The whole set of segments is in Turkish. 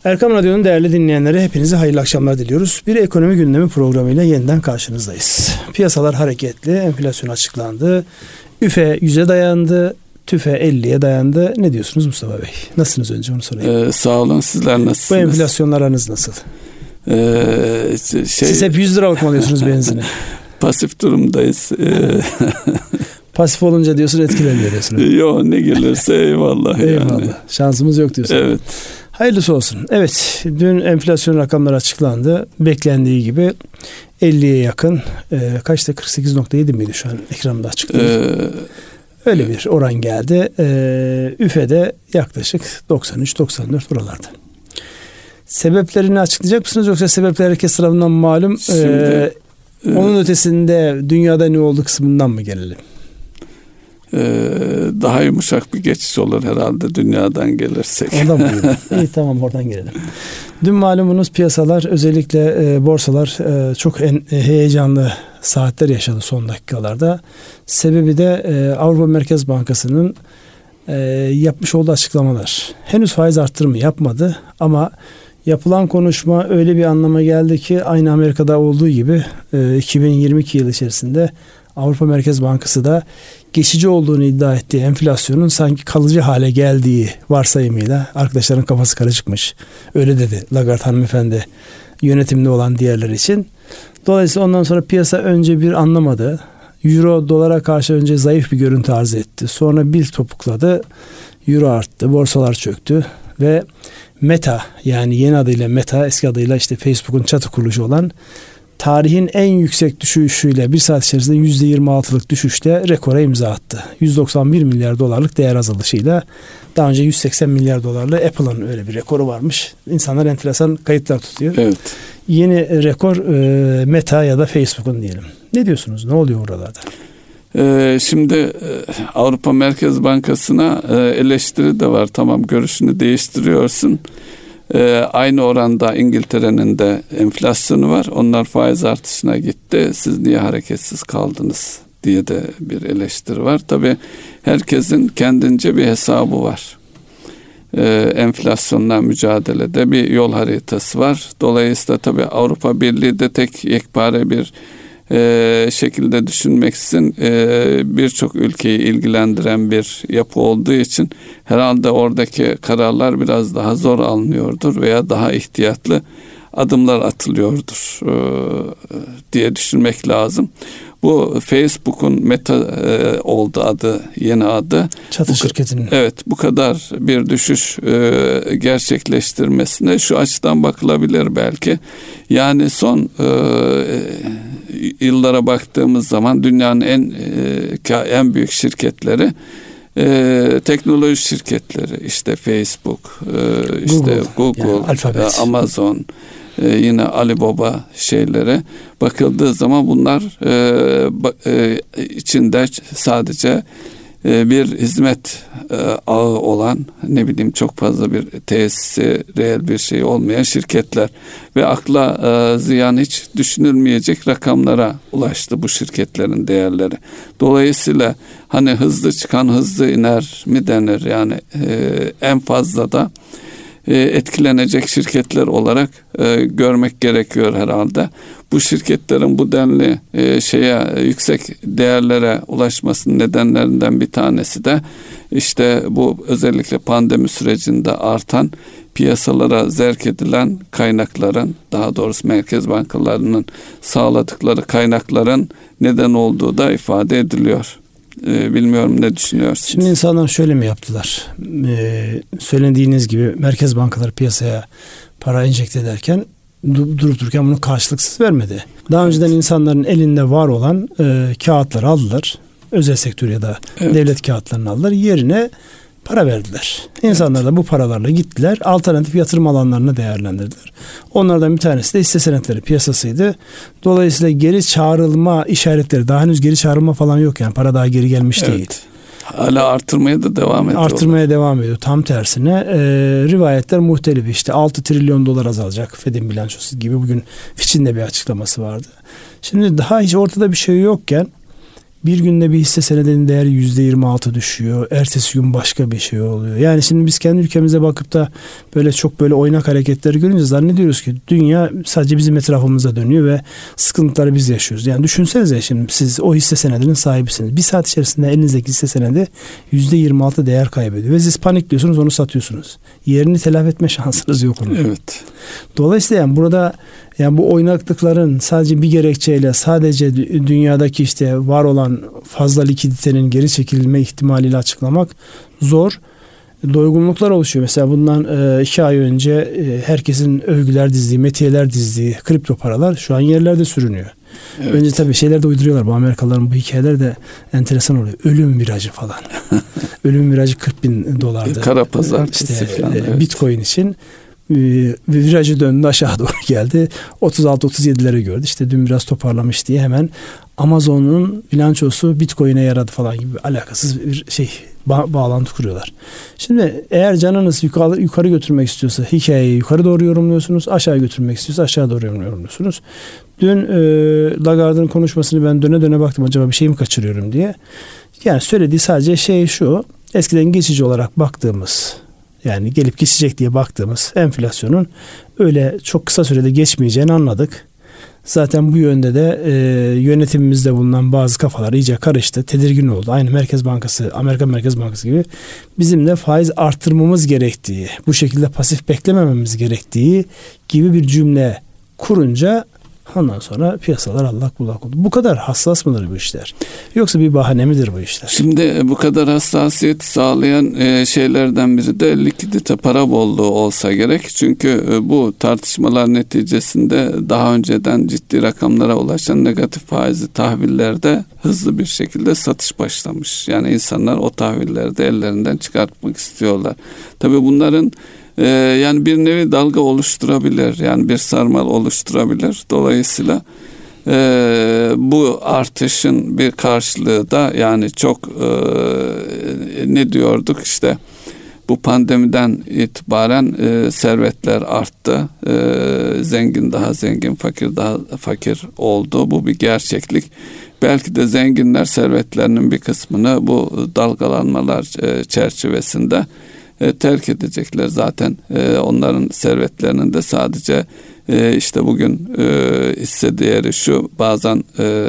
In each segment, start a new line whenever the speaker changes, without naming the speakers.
Erkam Radyo'nun değerli dinleyenlere hepinize hayırlı akşamlar diliyoruz. Bir ekonomi gündemi programıyla yeniden karşınızdayız. Piyasalar hareketli, enflasyon açıklandı, üfe 100'e dayandı, tüfe 50'ye dayandı. Ne diyorsunuz Mustafa Bey? Nasılsınız önce onu sorayım.
Sağ olun, sizler nasılsınız?
Bu enflasyonlar aranız nasıl? Siz hep 100 liralık mı alıyorsunuz benzine?
Pasif durumdayız.
Pasif olunca diyorsun etkileniyor diyorsunuz.
Yok, ne gelirse eyvallah.
Eyvallah.
Yani.
Şansımız yok diyorsun.
Evet.
Hayırlısı olsun. Evet, dün enflasyon rakamları açıklandı. Beklendiği gibi 50'ye yakın. Kaçta? 48.7 miydi şu an ekranda açıklıyor? Öyle bir oran geldi. Üfe'de yaklaşık 93-94 buralarda. Sebeplerini açıklayacak mısınız yoksa sebepler herkes tarafından malum? Şimdi, onun ötesinde dünyada ne oldu kısmından mı gelelim?
Daha yumuşak bir geçiş olur herhalde dünyadan gelirsek.
Ondan mı gelelim? İyi, tamam, oradan gelelim. Dün malumunuz piyasalar, özellikle borsalar çok heyecanlı saatler yaşadı son dakikalarda. Sebebi de Avrupa Merkez Bankası'nın yapmış olduğu açıklamalar. Henüz faiz arttırımı yapmadı ama yapılan konuşma öyle bir anlama geldi ki aynı Amerika'da olduğu gibi 2022 yılı içerisinde Avrupa Merkez Bankası da geçici olduğunu iddia ettiği enflasyonun sanki kalıcı hale geldiği varsayımıyla arkadaşların kafası karışıkmış. Öyle dedi Lagarde hanımefendi yönetimde olan diğerler için. Dolayısıyla ondan sonra piyasa önce bir anlamadı. Euro dolara karşı önce zayıf bir görüntü arz etti. Sonra bir topukladı. Euro arttı. Borsalar çöktü ve Meta, yani yeni adıyla Meta, eski adıyla işte Facebook'un çatı kuruluşu olan, tarihin en yüksek düşüşüyle bir saat içerisinde %26'lık düşüşle rekora imza attı. 191 milyar dolarlık değer azalışıyla, daha önce 180 milyar dolarlı Apple'ın öyle bir rekoru varmış. İnsanlar enteresan kayıtlar tutuyor.
Evet.
Yeni rekor Meta ya da Facebook'un diyelim. Ne diyorsunuz? Ne oluyor oralarda?
Şimdi Avrupa Merkez Bankası'na eleştiri de var. Tamam, görüşünü değiştiriyorsun. Aynı oranda İngiltere'nin de enflasyonu var. Onlar faiz artışına gitti. Siz niye hareketsiz kaldınız diye de bir eleştiri var. Tabii herkesin kendince bir hesabı var. Enflasyonla mücadelede bir yol haritası var. Dolayısıyla tabii Avrupa Birliği de tek yekpare bir şekilde düşünmeksizin birçok ülkeyi ilgilendiren bir yapı olduğu için herhalde oradaki kararlar biraz daha zor alınıyordur veya daha ihtiyatlı adımlar atılıyordur diye düşünmek lazım. Bu Facebook'un Meta oldu adı, yeni adı.
Çatı şirketinin.
Evet, bu kadar bir düşüş gerçekleştirmesine şu açıdan bakılabilir belki. Yani son yıllara baktığımız zaman dünyanın en büyük şirketleri teknoloji şirketleri, işte Facebook, işte Google, yani Amazon, yine Alibaba şeylere bakıldığı zaman bunlar içinde sadece bir hizmet ağı olan, ne bileyim, çok fazla bir tesisi, reel bir şey olmayan şirketler ve akla ziyan hiç düşünülmeyecek rakamlara ulaştı bu şirketlerin değerleri. Dolayısıyla hani hızlı çıkan hızlı iner mi denir, yani en fazla da etkilenecek şirketler olarak görmek gerekiyor herhalde. Bu şirketlerin bu denli yüksek değerlere ulaşmasının nedenlerinden bir tanesi de işte bu özellikle pandemi sürecinde artan piyasalara zerk edilen kaynakların, daha doğrusu merkez bankalarının sağladıkları kaynakların neden olduğu da ifade ediliyor. Bilmiyorum, ne düşünüyorsunuz?
Şimdi insanlar şöyle mi yaptılar? Söylediğiniz gibi merkez bankaları piyasaya para enjekte ederken durup dururken bunu karşılıksız vermedi. Daha önceden insanların elinde var olan kağıtları aldılar. Özel sektör ya da devlet kağıtlarını aldılar. Yerine para verdiler. İnsanlar da bu paralarla gittiler. Alternatif yatırım alanlarını değerlendirdiler. Onlardan bir tanesi de hisse senetleri piyasasıydı. Dolayısıyla geri çağrılma işaretleri, daha henüz geri çağrılma falan yok, yani para daha geri gelmiş değil.
Hala artırmaya da devam ediyor.
Artırmaya devam ediyor. Tam tersine rivayetler muhtelif. İşte 6 trilyon dolar azalacak Fed'in bilançosu gibi, bugün Fitch'in de bir açıklaması vardı. Şimdi daha hiç ortada bir şey yokken Bir günde bir hisse senedinin değeri %26 düşüyor. Ertesi gün başka bir şey oluyor. Yani şimdi biz kendi ülkemize bakıp da böyle çok böyle oynak hareketleri görünce zannediyoruz ki dünya sadece bizim etrafımızda dönüyor ve sıkıntıları biz yaşıyoruz. Yani düşünsenize, şimdi siz o hisse senedinin sahibisiniz. Bir saat içerisinde elinizdeki hisse senedi %26 değer kaybediyor. Ve siz panikliyorsunuz, onu satıyorsunuz. Yerini telafi etme şansınız yok onun.
Evet.
Dolayısıyla yani burada yani bu oynaklıkların sadece bir gerekçeyle, sadece dünyadaki işte var olan fazla likiditenin geri çekilme ihtimaliyle açıklamak zor. Doygunluklar oluşuyor. Mesela bundan 2 ay önce herkesin övgüler dizdiği, metiyeler dizdiği kripto paralar şu an yerlerde sürünüyor. Evet. Önce tabii şeyler de uyduruyorlar. Bu Amerikalıların bu hikayeler de enteresan oluyor. Ölüm virajı falan. Ölüm virajı $40.000.
Kara pazar
işte,
falan. Evet.
Bitcoin için virajı döndü, aşağı doğru geldi. 36-37'lere gördü. İşte dün biraz toparlamış diye hemen Amazon'un bilançosu Bitcoin'e yaradı falan gibi alakasız bir şey bağlantı kuruyorlar. Şimdi eğer canınız yukarı götürmek istiyorsa hikayeyi yukarı doğru yorumluyorsunuz. Aşağı götürmek istiyorsa aşağı doğru yorumluyorsunuz. Dün Lagarde'ın konuşmasını ben döne döne baktım, acaba bir şey mi kaçırıyorum diye. Yani söylediği sadece şey şu: eskiden geçici olarak baktığımız, yani gelip geçecek diye baktığımız enflasyonun öyle çok kısa sürede geçmeyeceğini anladık. Zaten bu yönde de yönetimimizde bulunan bazı kafalar iyice karıştı, tedirgin oldu. Aynı Merkez Bankası, Amerika Merkez Bankası gibi bizim de faiz arttırmamız gerektiği, bu şekilde pasif beklemememiz gerektiği gibi bir cümle kurunca ondan sonra piyasalar allak bullak oldu. Bu kadar hassas mıdır bu işler? Yoksa bir bahane midir bu işler?
Şimdi bu kadar hassasiyet sağlayan şeylerden biri de likidite, para bolluğu olsa gerek. Çünkü bu tartışmalar neticesinde daha önceden ciddi rakamlara ulaşan negatif faizli tahvillerde hızlı bir şekilde satış başlamış. Yani insanlar o tahvilleri de ellerinden çıkartmak istiyorlar. Tabii bunların yani bir nevi dalga oluşturabilir, yani bir sarmal oluşturabilir. Dolayısıyla bu artışın bir karşılığı da yani çok ne diyorduk işte, bu pandemiden itibaren servetler arttı, zengin daha zengin, fakir daha fakir oldu. Bu bir gerçeklik. Belki de zenginler servetlerinin bir kısmını bu dalgalanmalar çerçevesinde terk edecekler. Zaten onların servetlerinin de sadece işte bugün hisse değeri şu, bazen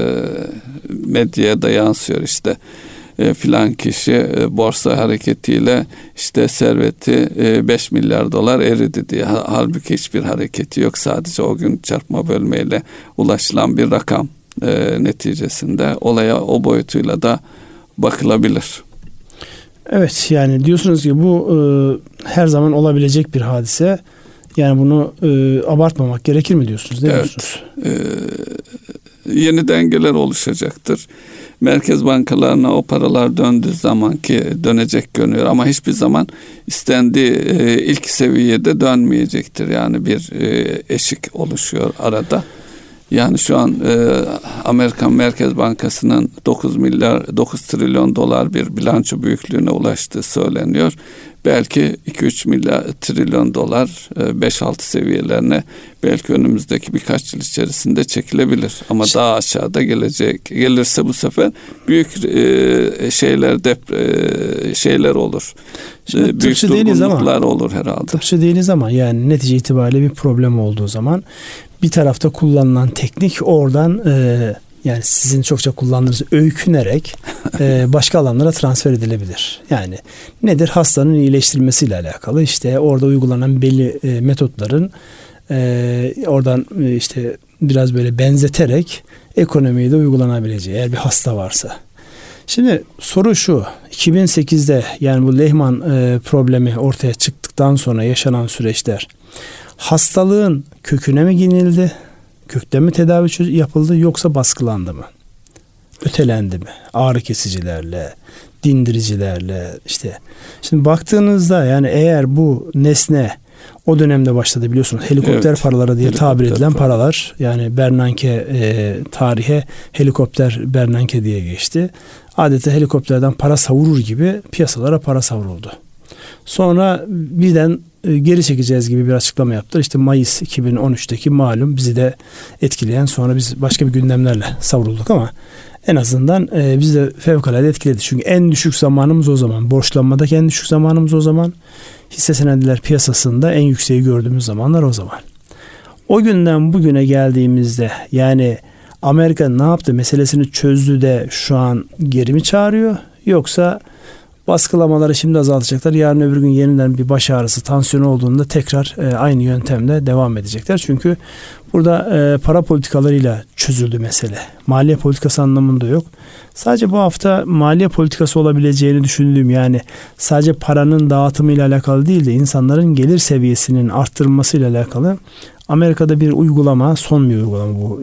medyaya da yansıyor işte filan kişi borsa hareketiyle işte serveti 5 milyar dolar eridi diye. Halbuki hiçbir hareketi yok. Sadece o gün çarpma bölmeyle ulaşılan bir rakam neticesinde olaya o boyutuyla da bakılabilir.
Evet, yani diyorsunuz ki bu her zaman olabilecek bir hadise. Yani bunu abartmamak gerekir mi diyorsunuz? Ne diyorsunuz?
Yeni dengeler oluşacaktır. Merkez bankalarına o paralar döndüğü zaman ki dönecek görünüyor ama hiçbir zaman istendiği ilk seviyede dönmeyecektir. Yani bir eşik oluşuyor arada. Yani şu an Amerikan Merkez Bankası'nın 9 trilyon dolar bir bilanço büyüklüğüne ulaştığı söyleniyor. Belki 2-3 trilyon dolar 5-6 seviyelerine belki önümüzdeki birkaç yıl içerisinde çekilebilir. Ama daha aşağıda gelirse bu sefer büyük şeyler olur. Büyük durgunluklar olur herhalde.
Tıpçı değiliz ama yani netice itibariyle bir problem olduğu zaman bir tarafta kullanılan teknik oradan yani sizin çokça kullandığınız öykünerek başka alanlara transfer edilebilir. Yani nedir? Hastanın iyileştirilmesiyle alakalı işte orada uygulanan belli metotların oradan işte biraz böyle benzeterek ekonomiye de uygulanabileceği, eğer bir hasta varsa. Şimdi soru şu: 2008'de yani bu Lehman problemi ortaya çıktıktan sonra yaşanan süreçler hastalığın köküne mi ginildi? Kökten mi tedavi yapıldı yoksa baskılandı mı? Ötelendi mi? Ağrı kesicilerle, dindiricilerle işte. Şimdi baktığınızda yani eğer bu nesne o dönemde başladı, biliyorsunuz helikopter paraları diye tabir edilen paralar, yani Bernanke tarihe helikopter Bernanke diye geçti. Adeta helikopterden para savurur gibi piyasalara para savruldu. Sonra birden geri çekeceğiz gibi bir açıklama yaptılar. İşte Mayıs 2013'teki malum bizi de etkileyen, sonra biz başka bir gündemlerle savrulduk ama en azından bizi de fevkalade etkiledi. Çünkü en düşük zamanımız o zaman. Borçlanmadaki en düşük zamanımız o zaman. Hisse senediler piyasasında en yükseği gördüğümüz zamanlar o zaman. O günden bugüne geldiğimizde yani Amerika ne yaptı meselesini çözdü de şu an geri mi çağırıyor? Yoksa baskılamaları şimdi azaltacaklar. Yarın öbür gün yeniden bir baş ağrısı, tansiyonu olduğunda tekrar aynı yöntemle devam edecekler. Çünkü burada para politikalarıyla çözüldü mesele. Maliye politikası anlamında yok. Sadece bu hafta maliye politikası olabileceğini düşündüğüm, yani sadece paranın dağıtımıyla alakalı değil de insanların gelir seviyesinin arttırılmasıyla alakalı Amerika'da bir uygulama, son bir uygulama bu.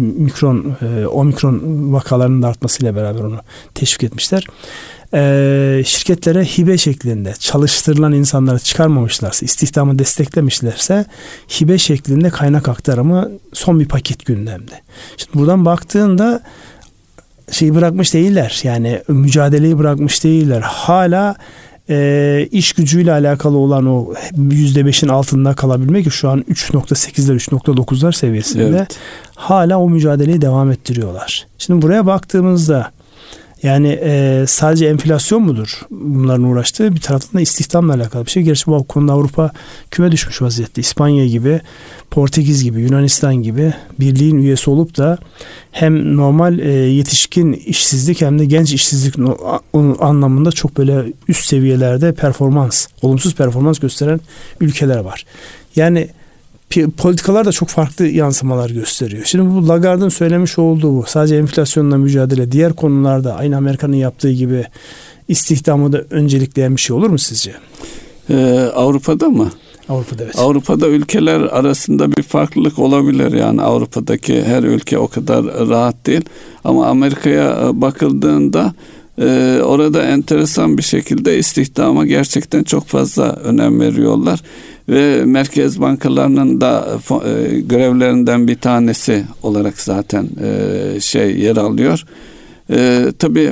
Omikron vakalarının da artmasıyla beraber onu teşvik etmişler. Şirketlere hibe şeklinde çalıştırılan insanları çıkarmamışlarsa, istihdamı desteklemişlerse hibe şeklinde kaynak aktarımı son bir paket gündemde. Şimdi buradan baktığında şeyi bırakmış değiller, yani mücadeleyi bırakmış değiller. Hala iş gücüyle alakalı olan o %5'in altında kalabilmek ki şu an 3.8'ler 3.9'lar seviyesinde, evet, hala o mücadeleyi devam ettiriyorlar. Şimdi buraya baktığımızda yani sadece enflasyon mudur bunların uğraştığı? Bir taraftan da istihdamla alakalı bir şey. Gerçi bu konuda Avrupa küme düşmüş vaziyette. İspanya gibi, Portekiz gibi, Yunanistan gibi birliğin üyesi olup da hem normal yetişkin işsizlik hem de genç işsizlik anlamında çok böyle üst seviyelerde olumsuz performans gösteren ülkeler var. Yani politikalar da çok farklı yansımalar gösteriyor. Şimdi bu Lagarde'ın söylemiş olduğu bu. Sadece enflasyonla mücadele, diğer konularda aynı Amerika'nın yaptığı gibi istihdamı da öncelikleyen bir şey olur mu sizce?
Avrupa'da mı?
Avrupa'da, evet.
Avrupa'da ülkeler arasında bir farklılık olabilir. Yani Avrupa'daki her ülke o kadar rahat değil. Ama Amerika'ya bakıldığında orada enteresan bir şekilde istihdama gerçekten çok fazla önem veriyorlar. Ve merkez bankalarının da görevlerinden bir tanesi olarak zaten yer alıyor. Tabii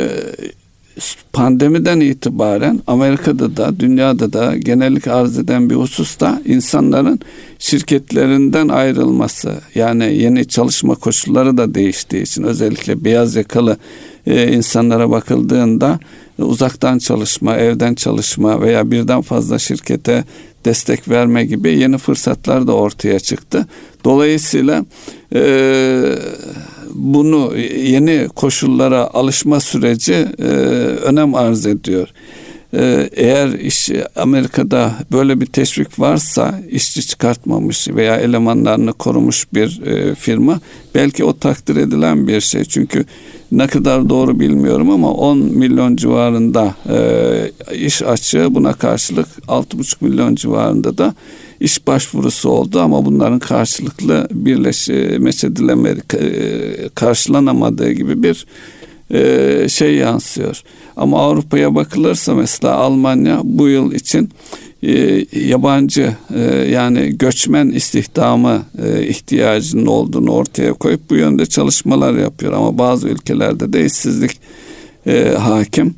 pandemiden itibaren Amerika'da da dünyada da genellik arz eden bir hususta insanların şirketlerinden ayrılması, yani yeni çalışma koşulları da değiştiği için özellikle beyaz yakalı insanlara bakıldığında uzaktan çalışma, evden çalışma veya birden fazla şirkete destek verme gibi yeni fırsatlar da ortaya çıktı. Dolayısıyla bunu yeni koşullara alışma süreci önem arz ediyor. Eğer Amerika'da böyle bir teşvik varsa, işçi çıkartmamış veya elemanlarını korumuş bir firma, belki o takdir edilen bir şey. Çünkü ne kadar doğru bilmiyorum ama 10 milyon civarında iş açığı, buna karşılık 6,5 milyon civarında da iş başvurusu oldu ama bunların karşılıklı karşılanamadığı gibi bir yansıyor. Ama Avrupa'ya bakılırsa mesela Almanya bu yıl için yabancı yani göçmen istihdamı ihtiyacının olduğunu ortaya koyup bu yönde çalışmalar yapıyor. Ama bazı ülkelerde de işsizlik hakim.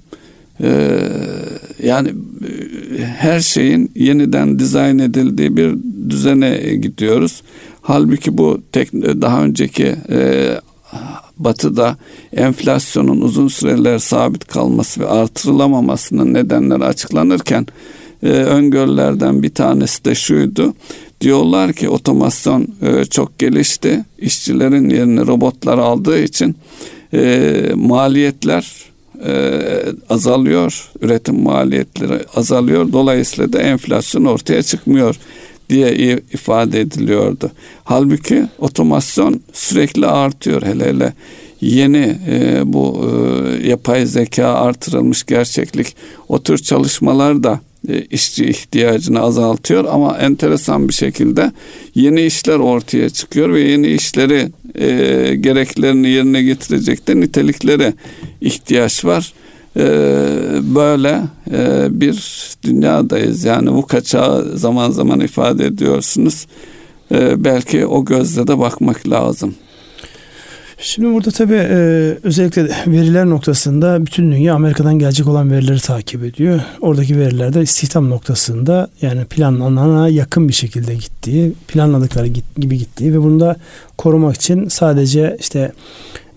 Yani her şeyin yeniden dizayn edildiği bir düzene gidiyoruz. Halbuki bu daha önceki Batı'da enflasyonun uzun süreler sabit kalması ve artırılamamasının nedenleri açıklanırken öngörülerden bir tanesi de şuydu. Diyorlar ki otomasyon çok gelişti. İşçilerin yerini robotlar aldığı için maliyetler azalıyor. Üretim maliyetleri azalıyor. Dolayısıyla da enflasyon ortaya çıkmıyor diye ifade ediliyordu. Halbuki otomasyon sürekli artıyor. Hele yeni bu yapay zeka, artırılmış gerçeklik, o tür çalışmalar da işçi ihtiyacını azaltıyor ama enteresan bir şekilde yeni işler ortaya çıkıyor ve yeni işleri gereklerini yerine getirecek de niteliklere ihtiyaç var. Böyle bir dünyadayız. Yani bu kaçağı zaman zaman ifade ediyorsunuz. Belki o gözle de bakmak lazım.
Şimdi burada tabii özellikle veriler noktasında bütün dünya Amerika'dan gelecek olan verileri takip ediyor. Oradaki verilerde istihdam noktasında yani planlanana yakın bir şekilde gittiği, planladıkları gibi gittiği ve bunu da korumak için sadece işte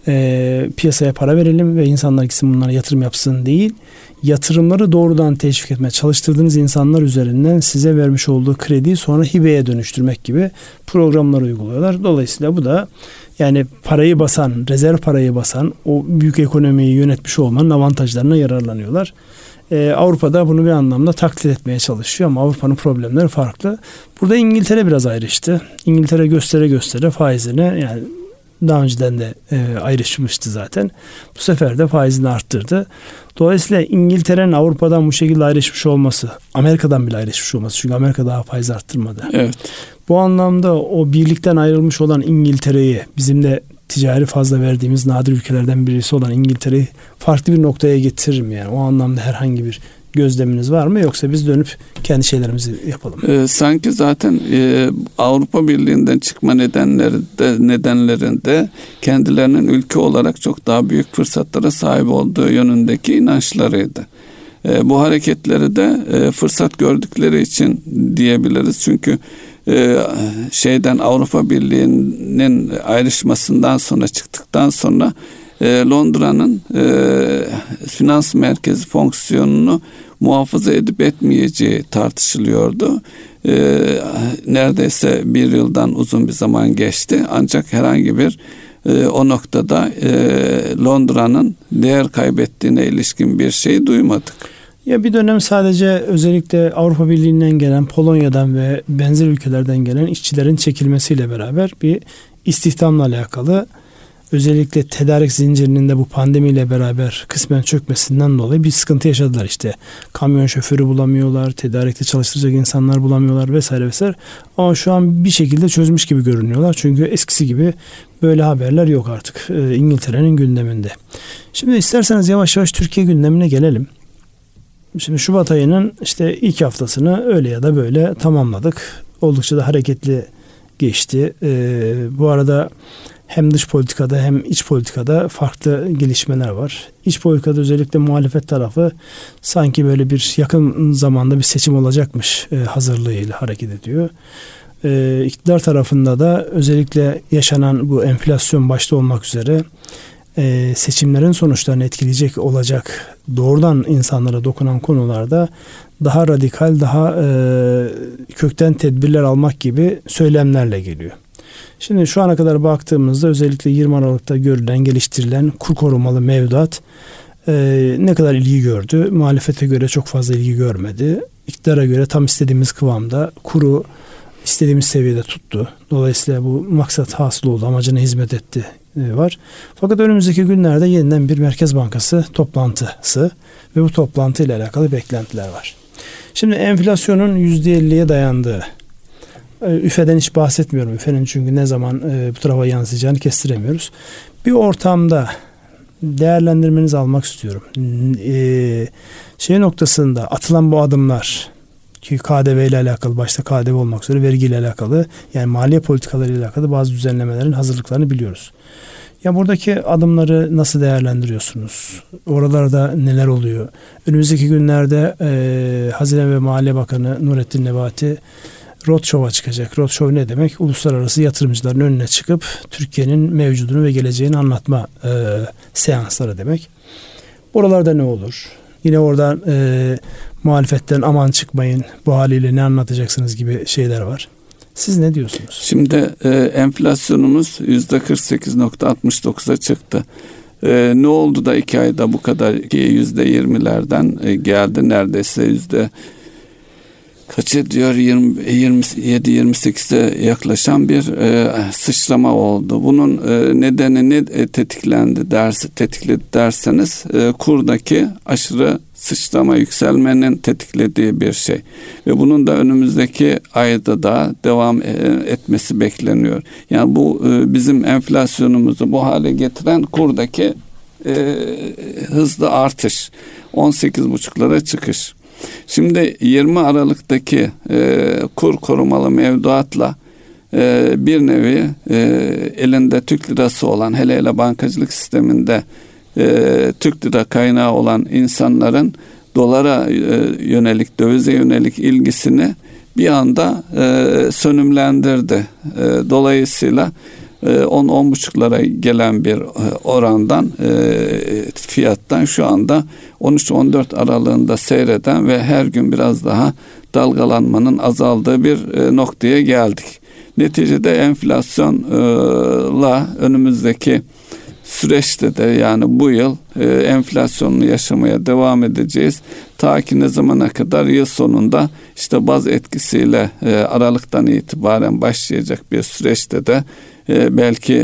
piyasaya para verelim ve insanlar gitsin bunlara yatırım yapsın değil. Yatırımları doğrudan teşvik etmeye, çalıştırdığınız insanlar üzerinden size vermiş olduğu krediyi sonra hibeye dönüştürmek gibi programlar uyguluyorlar. Dolayısıyla bu da yani parayı basan, rezerv parayı basan, o büyük ekonomiyi yönetmiş olmanın avantajlarına yararlanıyorlar. Avrupa'da bunu bir anlamda taklit etmeye çalışıyor ama Avrupa'nın problemleri farklı. Burada İngiltere biraz ayrıştı. İngiltere göstere faizini, yani daha önceden de ayrışmıştı zaten. Bu sefer de faizini arttırdı. Dolayısıyla İngiltere'nin Avrupa'dan bu şekilde ayrışmış olması, Amerika'dan bile ayrışmış olması, çünkü Amerika daha faiz arttırmadı.
Evet.
Bu anlamda o birlikten ayrılmış olan İngiltere'yi, bizim de ticari fazla verdiğimiz nadir ülkelerden birisi olan İngiltere'yi farklı bir noktaya getirir mi? Yani o anlamda herhangi bir gözleminiz var mı, yoksa biz dönüp kendi yapalım?
Sanki zaten Avrupa Birliği'nden çıkma nedenlerinde kendilerinin ülke olarak çok daha büyük fırsatlara sahip olduğu yönündeki inançlarıydı. Bu hareketleri de fırsat gördükleri için diyebiliriz. Çünkü Avrupa Birliği'nin ayrışmasından sonra, çıktıktan sonra Londra'nın finans merkezi fonksiyonunu muhafaza edip etmeyeceği tartışılıyordu. Neredeyse bir yıldan uzun bir zaman geçti. Ancak herhangi bir o noktada Londra'nın değer kaybettiğine ilişkin bir şey duymadık.
Ya bir dönem sadece özellikle Avrupa Birliği'nden gelen, Polonya'dan ve benzer ülkelerden gelen işçilerin çekilmesiyle beraber bir istihdamla alakalı, özellikle tedarik zincirinin de bu pandemiyle beraber kısmen çökmesinden dolayı bir sıkıntı yaşadılar işte. Kamyon şoförü bulamıyorlar, tedarikte çalıştıracak insanlar bulamıyorlar vesaire vesaire. Ama şu an bir şekilde çözmüş gibi görünüyorlar. Çünkü eskisi gibi böyle haberler yok artık İngiltere'nin gündeminde. Şimdi isterseniz yavaş yavaş Türkiye gündemine gelelim. Şimdi Şubat ayının işte ilk haftasını öyle ya da böyle tamamladık. Oldukça da hareketli geçti. Bu arada hem dış politikada hem iç politikada farklı gelişmeler var. İç politikada özellikle muhalefet tarafı sanki böyle bir yakın zamanda bir seçim olacakmış hazırlığıyla hareket ediyor. İktidar tarafında da özellikle yaşanan bu enflasyon başta olmak üzere seçimlerin sonuçlarını etkileyecek olacak doğrudan insanlara dokunan konularda daha radikal, daha kökten tedbirler almak gibi söylemlerle geliyor. Şimdi şu ana kadar baktığımızda özellikle 20 Aralık'ta görülen, geliştirilen kur korumalı mevduat ne kadar ilgi gördü? Muhalefete göre çok fazla ilgi görmedi. İktidara göre tam istediğimiz kıvamda, kuru istediğimiz seviyede tuttu. Dolayısıyla bu maksat hasıl oldu, amacına hizmet etti var. Fakat önümüzdeki günlerde yeniden bir Merkez Bankası toplantısı ve bu toplantı ile alakalı beklentiler var. Şimdi enflasyonun %50'ye dayandığı, üfeden hiç bahsetmiyorum. Üfenin çünkü ne zaman bu tarafa yansıyacağını kestiremiyoruz. Bir ortamda değerlendirmenizi almak istiyorum. Noktasında atılan bu adımlar, ki KDV ile alakalı, başta KDV olmak üzere vergi ile alakalı, yani maliye politikaları ile alakalı bazı düzenlemelerin hazırlıklarını biliyoruz. Ya buradaki adımları nasıl değerlendiriyorsunuz? Oralarda neler oluyor? Önümüzdeki günlerde Hazine ve Maliye Bakanı Nurettin Nebati Roadshow'a çıkacak. Roadshow ne demek? Uluslararası yatırımcıların önüne çıkıp Türkiye'nin mevcudunu ve geleceğini anlatma seansları demek. Oralarda ne olur? Yine orada muhalefetten aman çıkmayın, bu haliyle ne anlatacaksınız gibi şeyler var. Siz ne diyorsunuz?
Şimdi enflasyonumuz %48.69'a çıktı. Ne oldu da 2 ayda bu kadar %20'lerden geldi, neredeyse kaç ediyor, 27-28'e yaklaşan bir sıçrama oldu. Bunun nedeni ne tetikledi derseniz kurdaki aşırı sıçrama, yükselmenin tetiklediği bir şey. Ve bunun da önümüzdeki ayda da devam etmesi bekleniyor. Yani bu bizim enflasyonumuzu bu hale getiren kurdaki hızlı artış, 18,5'lara çıkış. Şimdi 20 Aralık'taki kur korumalı mevduatla bir nevi elinde Türk lirası olan, hele bankacılık sisteminde Türk lira kaynağı olan insanların dolara yönelik, dövize yönelik ilgisini bir anda sönümlendirdi. Dolayısıyla 10-10,5'lara gelen bir orandan fiyattan şu anda 13-14 aralığında seyreden ve her gün biraz daha dalgalanmanın azaldığı bir noktaya geldik. Neticede enflasyonla önümüzdeki süreçte de, yani bu yıl enflasyonunu yaşamaya devam edeceğiz. Ta ki ne zamana kadar? Yıl sonunda işte baz etkisiyle Aralık'tan itibaren başlayacak bir süreçte de belki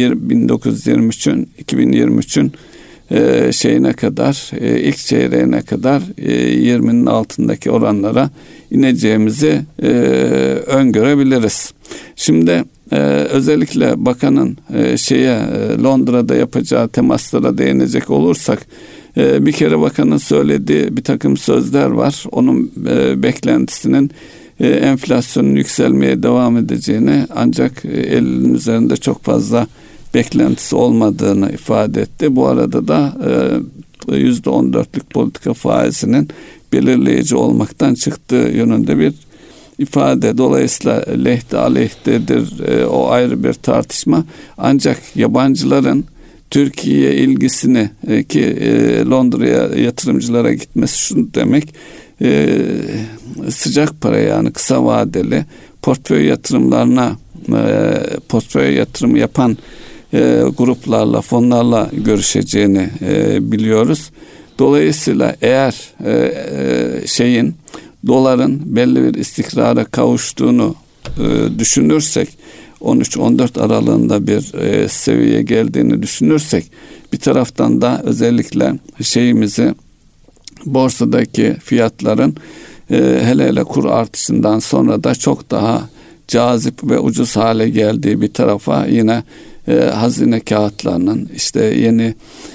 2023'ün şeyine kadar, ilk çeyreğine kadar 20'nin altındaki oranlara ineceğimizi öngörebiliriz. Şimdi özellikle bakanın Londra'da yapacağı temaslara değinecek olursak, bir kere bakanın söylediği bir takım sözler var. Onun beklentisinin enflasyonun yükselmeye devam edeceğini, ancak 50'nin üzerinde çok fazla beklentisi olmadığını ifade etti. Bu arada da %14'lük politika faizinin belirleyici olmaktan çıktığı yönünde bir ifade. Dolayısıyla lehte aleyhtedir, o ayrı bir tartışma. Ancak yabancıların Türkiye'ye ilgisini ki Londra'ya yatırımcılara gitmesi şunu demek, sıcak para, yani kısa vadeli portföy yatırımı yapan gruplarla, fonlarla görüşeceğini biliyoruz. Dolayısıyla eğer doların belli bir istikrara kavuştuğunu düşünürsek, 13-14 aralığında bir seviyeye geldiğini düşünürsek, bir taraftan da özellikle borsadaki fiyatların hele kur artışından sonra da çok daha cazip ve ucuz hale geldiği bir tarafa, yine hazine kağıtlarının, işte yeni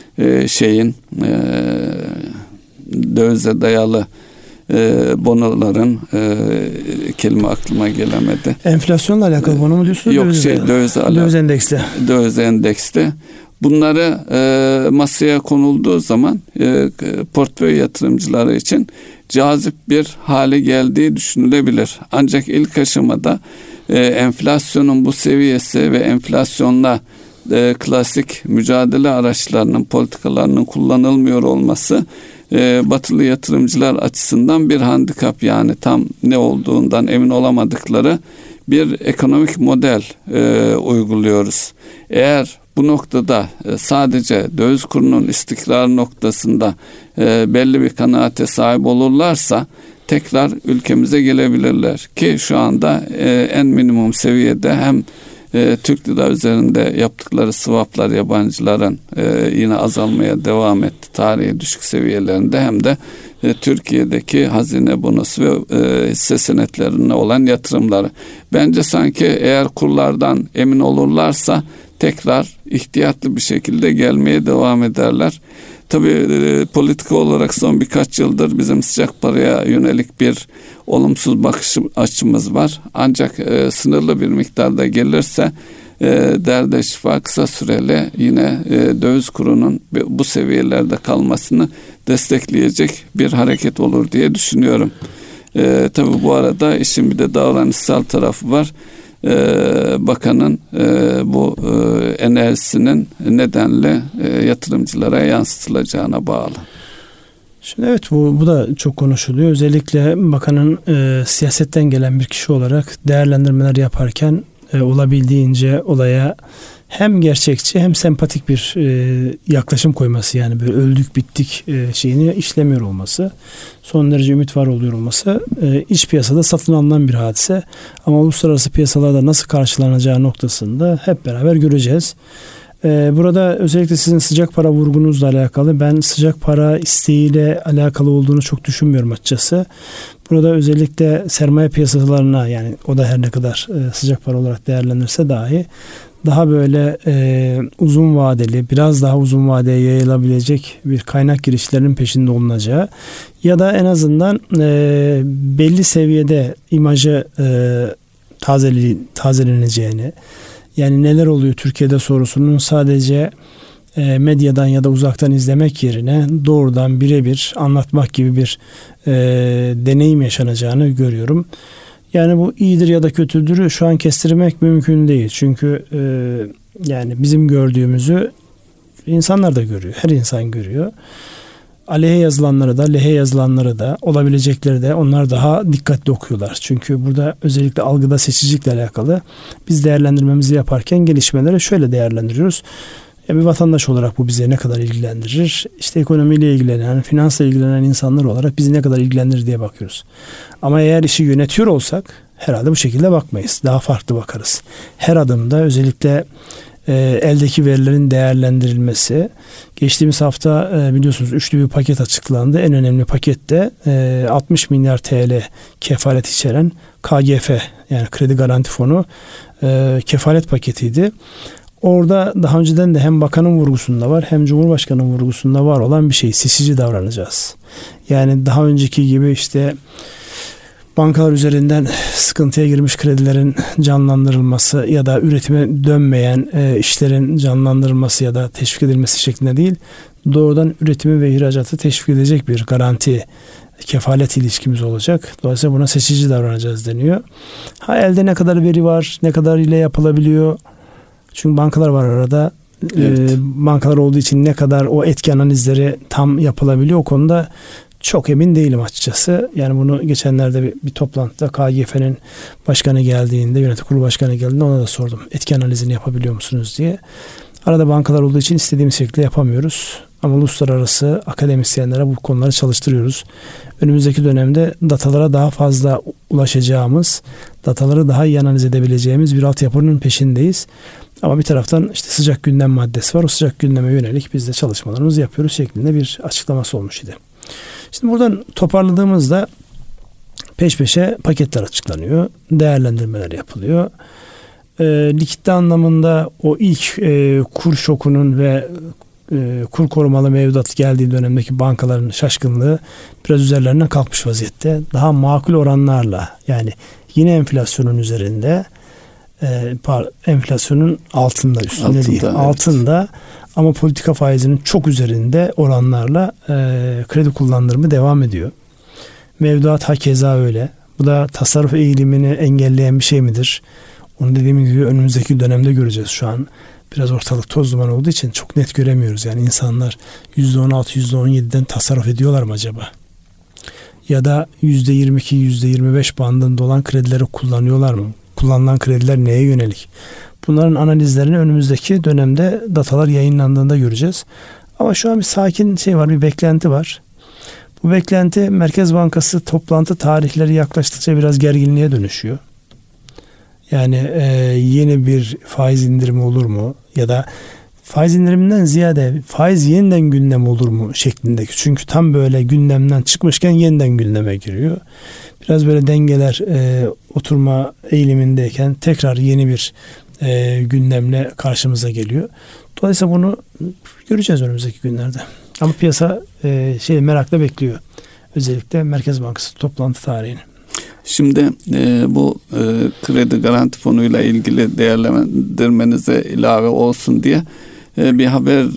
dövize dayalı bonoların, kelime aklıma gelemedi.
Enflasyonla alakalı bono mu diyorsunuz?
Yok, döviz
endeksli.
Döviz endeksli. Bunları masaya konulduğu zaman portföy yatırımcıları için cazip bir hale geldiği düşünülebilir. Ancak ilk aşamada enflasyonun bu seviyesi ve enflasyonla klasik mücadele araçlarının, politikalarının kullanılmıyor olması batılı yatırımcılar açısından bir handikap, yani tam ne olduğundan emin olamadıkları bir ekonomik model uyguluyoruz. Eğer bu noktada sadece döviz kurunun istikrarı noktasında belli bir kanaate sahip olurlarsa tekrar ülkemize gelebilirler ki şu anda en minimum seviyede hem Türk lira üzerinde yaptıkları swaplar yabancıların yine azalmaya devam etti, tarihi düşük seviyelerinde, hem de Türkiye'deki hazine bonosu ve hisse senetlerine olan yatırımları. Bence sanki eğer kurlardan emin olurlarsa tekrar ihtiyatlı bir şekilde gelmeye devam ederler. Tabii politika olarak son birkaç yıldır bizim sıcak paraya yönelik bir olumsuz bakış açımız var. Ancak sınırlı bir miktarda gelirse derde şifa kısa süreli yine döviz kurunun bu seviyelerde kalmasını destekleyecek bir hareket olur diye düşünüyorum. Tabii bu arada işin bir de davranışsal tarafı var. Bakanın bu enerjisinin nedenle yatırımcılara yansıtılacağına bağlı.
Şimdi evet, bu da çok konuşuluyor. Özellikle bakanın siyasetten gelen bir kişi olarak değerlendirmeler yaparken olabildiğince olaya hem gerçekçi hem sempatik bir yaklaşım koyması, yani böyle öldük bittik şeyini işlemiyor olması, son derece ümit var oluyor olması iç piyasada satın alınan bir hadise, ama uluslararası piyasalarda nasıl karşılanacağı noktasında hep beraber göreceğiz. Burada özellikle sizin sıcak para vurgunuzla alakalı, ben sıcak para isteğiyle alakalı olduğunu çok düşünmüyorum açıkçası. Burada özellikle sermaye piyasalarına, yani o da her ne kadar sıcak para olarak değerlenirse dahi daha böyle uzun vadeli, biraz daha uzun vadeye yayılabilecek bir kaynak girişlerinin peşinde olunacağı ya da en azından belli seviyede imajı tazeleneceğini, yani neler oluyor Türkiye'de sorusunun sadece medyadan ya da uzaktan izlemek yerine doğrudan birebir anlatmak gibi bir deneyim yaşanacağını görüyorum. Yani bu iyidir ya da kötüdür şu an kestirmek mümkün değil. Çünkü yani bizim gördüğümüzü insanlar da görüyor. Her insan görüyor. Aleyhe yazılanları da, lehe yazılanları da, olabilecekleri de onlar daha dikkatli okuyorlar. Çünkü burada özellikle algıda seçicilikle alakalı biz değerlendirmemizi yaparken gelişmeleri şöyle değerlendiriyoruz. Bir vatandaş olarak bu bizi ne kadar ilgilendirir? İşte ekonomiyle ilgilenen, finansla ilgilenen insanlar olarak bizi ne kadar ilgilendirir diye bakıyoruz. Ama eğer işi yönetiyor olsak herhalde bu şekilde bakmayız. Daha farklı bakarız. Her adımda özellikle eldeki verilerin değerlendirilmesi. Geçtiğimiz hafta biliyorsunuz üçlü bir paket açıklandı. En önemli pakette 60 milyar TL kefalet içeren KGF yani Kredi Garanti Fonu kefalet paketiydi. Orada daha önceden de hem bakanın vurgusunda var hem Cumhurbaşkanı'nın vurgusunda var olan bir şey. Seçici davranacağız. Yani daha önceki gibi işte bankalar üzerinden sıkıntıya girmiş kredilerin canlandırılması ya da üretime dönmeyen işlerin canlandırılması ya da teşvik edilmesi şeklinde değil, doğrudan üretimi ve ihracatı teşvik edecek bir garanti, kefalet ilişkimiz olacak. Dolayısıyla buna seçici davranacağız deniyor. Elde ne kadar veri var, ne kadar ile yapılabiliyor? Çünkü bankalar var arada. Evet. Bankalar olduğu için ne kadar o etki analizleri tam yapılabiliyor o konuda çok emin değilim açıkçası. Yani bunu geçenlerde bir toplantıda KGF'nin başkanı geldiğinde, yönetim kurulu başkanı geldiğinde ona da sordum. Etki analizini yapabiliyor musunuz diye. Arada bankalar olduğu için istediğimiz şekilde yapamıyoruz. Ama uluslararası akademisyenlere bu konuları çalıştırıyoruz. Önümüzdeki dönemde datalara daha fazla ulaşacağımız, dataları daha iyi analiz edebileceğimiz bir altyapının peşindeyiz. Ama bir taraftan işte sıcak gündem maddesi var. O sıcak gündeme yönelik biz de çalışmalarımızı yapıyoruz şeklinde bir açıklaması olmuş idi. Şimdi buradan toparladığımızda peş peşe paketler açıklanıyor. Değerlendirmeler yapılıyor. Likidite anlamında o ilk kur şokunun ve kur korumalı mevduat geldiği dönemdeki bankaların şaşkınlığı biraz üzerlerine kalkmış vaziyette. Daha makul oranlarla yani yine enflasyonun üzerinde enflasyonun altında üstünde değil. Evet. Altında ama politika faizinin çok üzerinde oranlarla kredi kullandırımı devam ediyor. Mevduat hakeza öyle. Bu da tasarruf eğilimini engelleyen bir şey midir? Onu dediğim gibi önümüzdeki dönemde göreceğiz şu an. Biraz ortalık toz duman olduğu için çok net göremiyoruz. Yani insanlar %16, %17'den tasarruf ediyorlar mı acaba? Ya da %22, %25 bandında olan kredileri kullanıyorlar mı? Kullanılan krediler neye yönelik? Bunların analizlerini önümüzdeki dönemde datalar yayınlandığında göreceğiz. Ama şu an bir sakin var, bir beklenti var. Bu beklenti Merkez Bankası toplantı tarihleri yaklaştıkça biraz gerginliğe dönüşüyor. Yani yeni bir faiz indirimi olur mu? Ya da faiz indiriminden ziyade faiz yeniden gündem olur mu şeklindeki. Çünkü tam böyle gündemden çıkmışken yeniden gündeme giriyor. Biraz böyle dengeler oturma eğilimindeyken tekrar yeni bir gündemle karşımıza geliyor. Dolayısıyla bunu göreceğiz önümüzdeki günlerde. Ama piyasa merakla bekliyor. Özellikle Merkez Bankası toplantı tarihini.
Şimdi bu kredi garanti fonuyla ilgili değerlendirmenize ilave olsun diye bir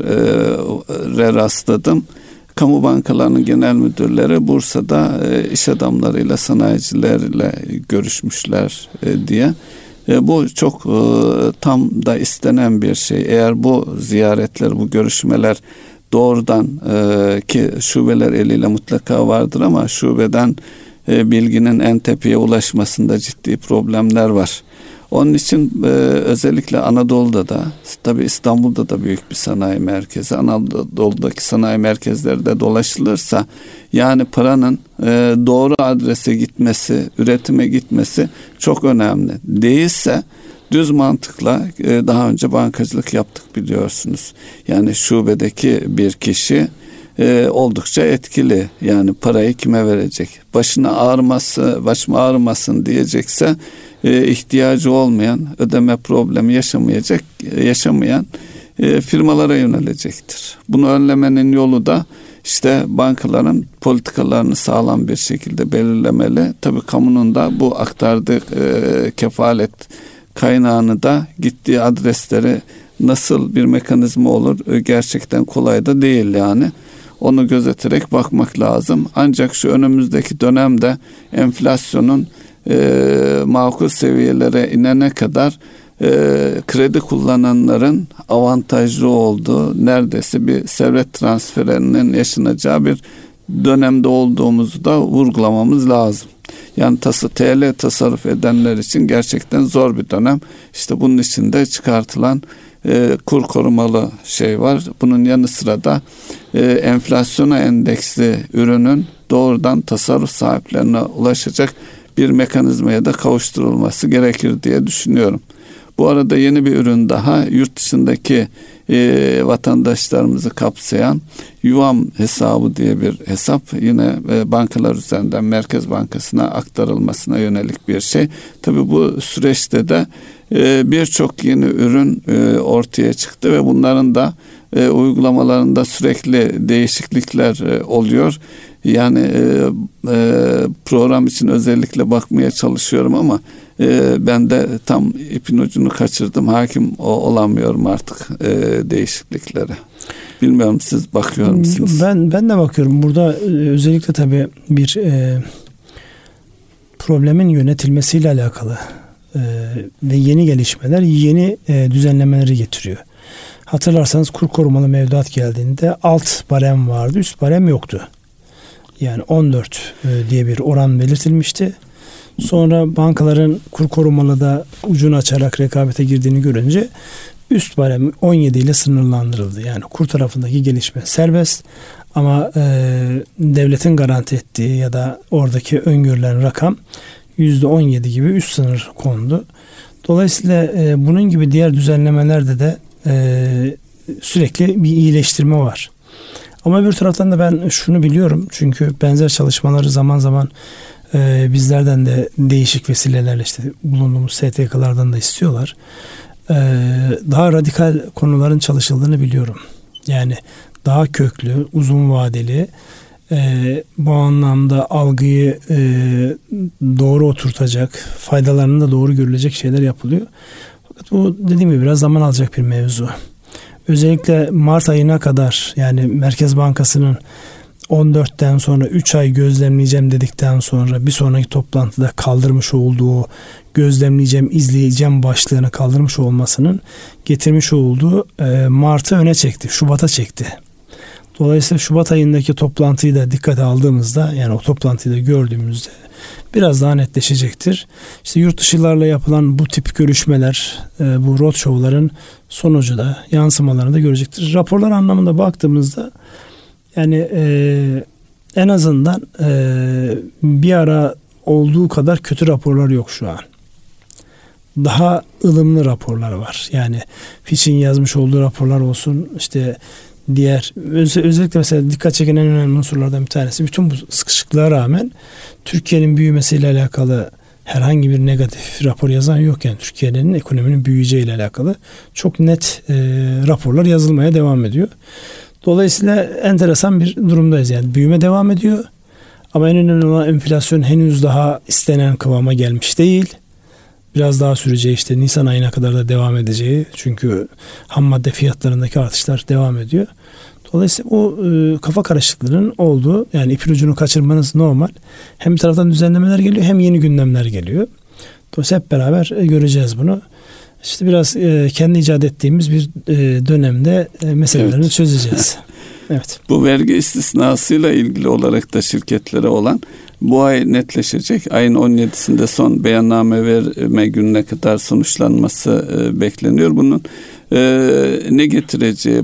habere rastladım. Kamu bankalarının genel müdürleri Bursa'da iş adamlarıyla, sanayicilerle görüşmüşler diye. Bu çok tam da istenen bir şey. Eğer bu ziyaretler, bu görüşmeler doğrudan ki şubeler eliyle mutlaka vardır ama şubeden bilginin en tepeye ulaşmasında ciddi problemler var. Onun için özellikle Anadolu'da da, tabii İstanbul'da da büyük bir sanayi merkezi, Anadolu'daki sanayi merkezlerde dolaşılırsa yani paranın doğru adrese gitmesi, üretime gitmesi çok önemli. Değilse düz mantıkla daha önce bankacılık yaptık biliyorsunuz. Yani şubedeki bir kişi oldukça etkili. Yani parayı kime verecek? Başım ağrımasın diyecekse ihtiyacı olmayan, ödeme problemi yaşamayan firmalara yönelecektir. Bunu önlemenin yolu da işte bankaların politikalarını sağlam bir şekilde belirlemeli. Tabii kamunun da bu aktardığı kefalet kaynağını da gittiği adresleri nasıl bir mekanizma olur gerçekten kolay da değil yani. Onu gözeterek bakmak lazım. Ancak şu önümüzdeki dönemde enflasyonun makul seviyelere inene kadar kredi kullananların avantajlı olduğu, neredeyse bir servet transferinin yaşanacağı bir dönemde olduğumuzu da vurgulamamız lazım. Yani TL tasarruf edenler için gerçekten zor bir dönem. İşte bunun içinde çıkartılan kur korumalı şey var. Bunun yanı sıra da enflasyona endeksli ürünün doğrudan tasarruf sahiplerine ulaşacak bir mekanizmaya da kavuşturulması gerekir diye düşünüyorum. Bu arada yeni bir ürün daha, yurt dışındaki vatandaşlarımızı kapsayan Yuvam hesabı diye bir hesap, yine bankalar üzerinden Merkez Bankası'na aktarılmasına yönelik bir şey. Tabii bu süreçte de birçok yeni ürün ortaya çıktı ve bunların da uygulamalarında sürekli değişiklikler oluyor. Yani program için özellikle bakmaya çalışıyorum ama ben de tam ipin ucunu kaçırdım. Hakim olamıyorum artık değişikliklere. Bilmiyorum, siz bakıyor musunuz?
Ben de bakıyorum. Burada özellikle tabii bir problemin yönetilmesiyle alakalı ve yeni gelişmeler yeni düzenlemeleri getiriyor. Hatırlarsanız kur korumalı mevduat geldiğinde alt barem vardı, üst barem yoktu. Yani 14 diye bir oran belirtilmişti. Sonra bankaların kur korumalı da ucunu açarak rekabete girdiğini görünce üst barem 17 ile sınırlandırıldı. Yani kur tarafındaki gelişme serbest ama devletin garanti ettiği ya da oradaki öngörülen rakam %17 gibi üst sınır kondu. Dolayısıyla bunun gibi diğer düzenlemelerde de sürekli bir iyileştirme var. Ama bir taraftan da ben şunu biliyorum, çünkü benzer çalışmaları zaman zaman bizlerden de değişik vesilelerle, işte bulunduğumuz STK'lardan da istiyorlar. Daha radikal konuların çalışıldığını biliyorum. Yani daha köklü, uzun vadeli, bu anlamda algıyı doğru oturtacak, faydalarının da doğru görülecek şeyler yapılıyor. Fakat bu dediğim gibi biraz zaman alacak bir mevzu. Özellikle Mart ayına kadar, yani Merkez Bankası'nın 14'ten sonra 3 ay gözlemleyeceğim dedikten sonra bir sonraki toplantıda kaldırmış olduğu gözlemleyeceğim, izleyeceğim başlığını kaldırmış olmasının getirmiş olduğu Mart'ı öne çekti, Şubat'a çekti. Dolayısıyla Şubat ayındaki toplantıyı da dikkate aldığımızda, yani o toplantıyı da gördüğümüzde biraz daha netleşecektir. İşte yurt dışılarla yapılan bu tip görüşmeler, bu roadshow'ların sonucu da, yansımalarını da görecektir. Raporlar anlamında baktığımızda yani en azından bir ara olduğu kadar kötü raporlar yok şu an. Daha ılımlı raporlar var. Yani Fitch'in yazmış olduğu raporlar olsun, işte diğer özellikle mesela dikkat çeken en önemli unsurlardan bir tanesi, bütün bu sıkışıklığa rağmen Türkiye'nin büyümesiyle alakalı herhangi bir negatif rapor yazan yok. Yani Türkiye'nin ekonominin büyüyeceğiyle alakalı çok net raporlar yazılmaya devam ediyor. Dolayısıyla enteresan bir durumdayız. Yani büyüme devam ediyor ama en önemli olan enflasyon henüz daha istenen kıvama gelmiş değil. Biraz daha süreceği, işte Nisan ayına kadar da devam edeceği, çünkü ham madde fiyatlarındaki artışlar devam ediyor. Dolayısıyla o kafa karışıklığının olduğu, yani ipin ucunu kaçırmanız normal. Hem bir taraftan düzenlemeler geliyor, hem yeni gündemler geliyor. Dolayısıyla hep beraber göreceğiz bunu. İşte biraz kendi icat ettiğimiz bir dönemde meselelerini çözeceğiz. Evet.
Bu vergi istisnasıyla ilgili olarak da şirketlere olan bu ay netleşecek. Ayın 17'sinde son beyanname verme gününe kadar sonuçlanması bekleniyor. Bunun ne getireceği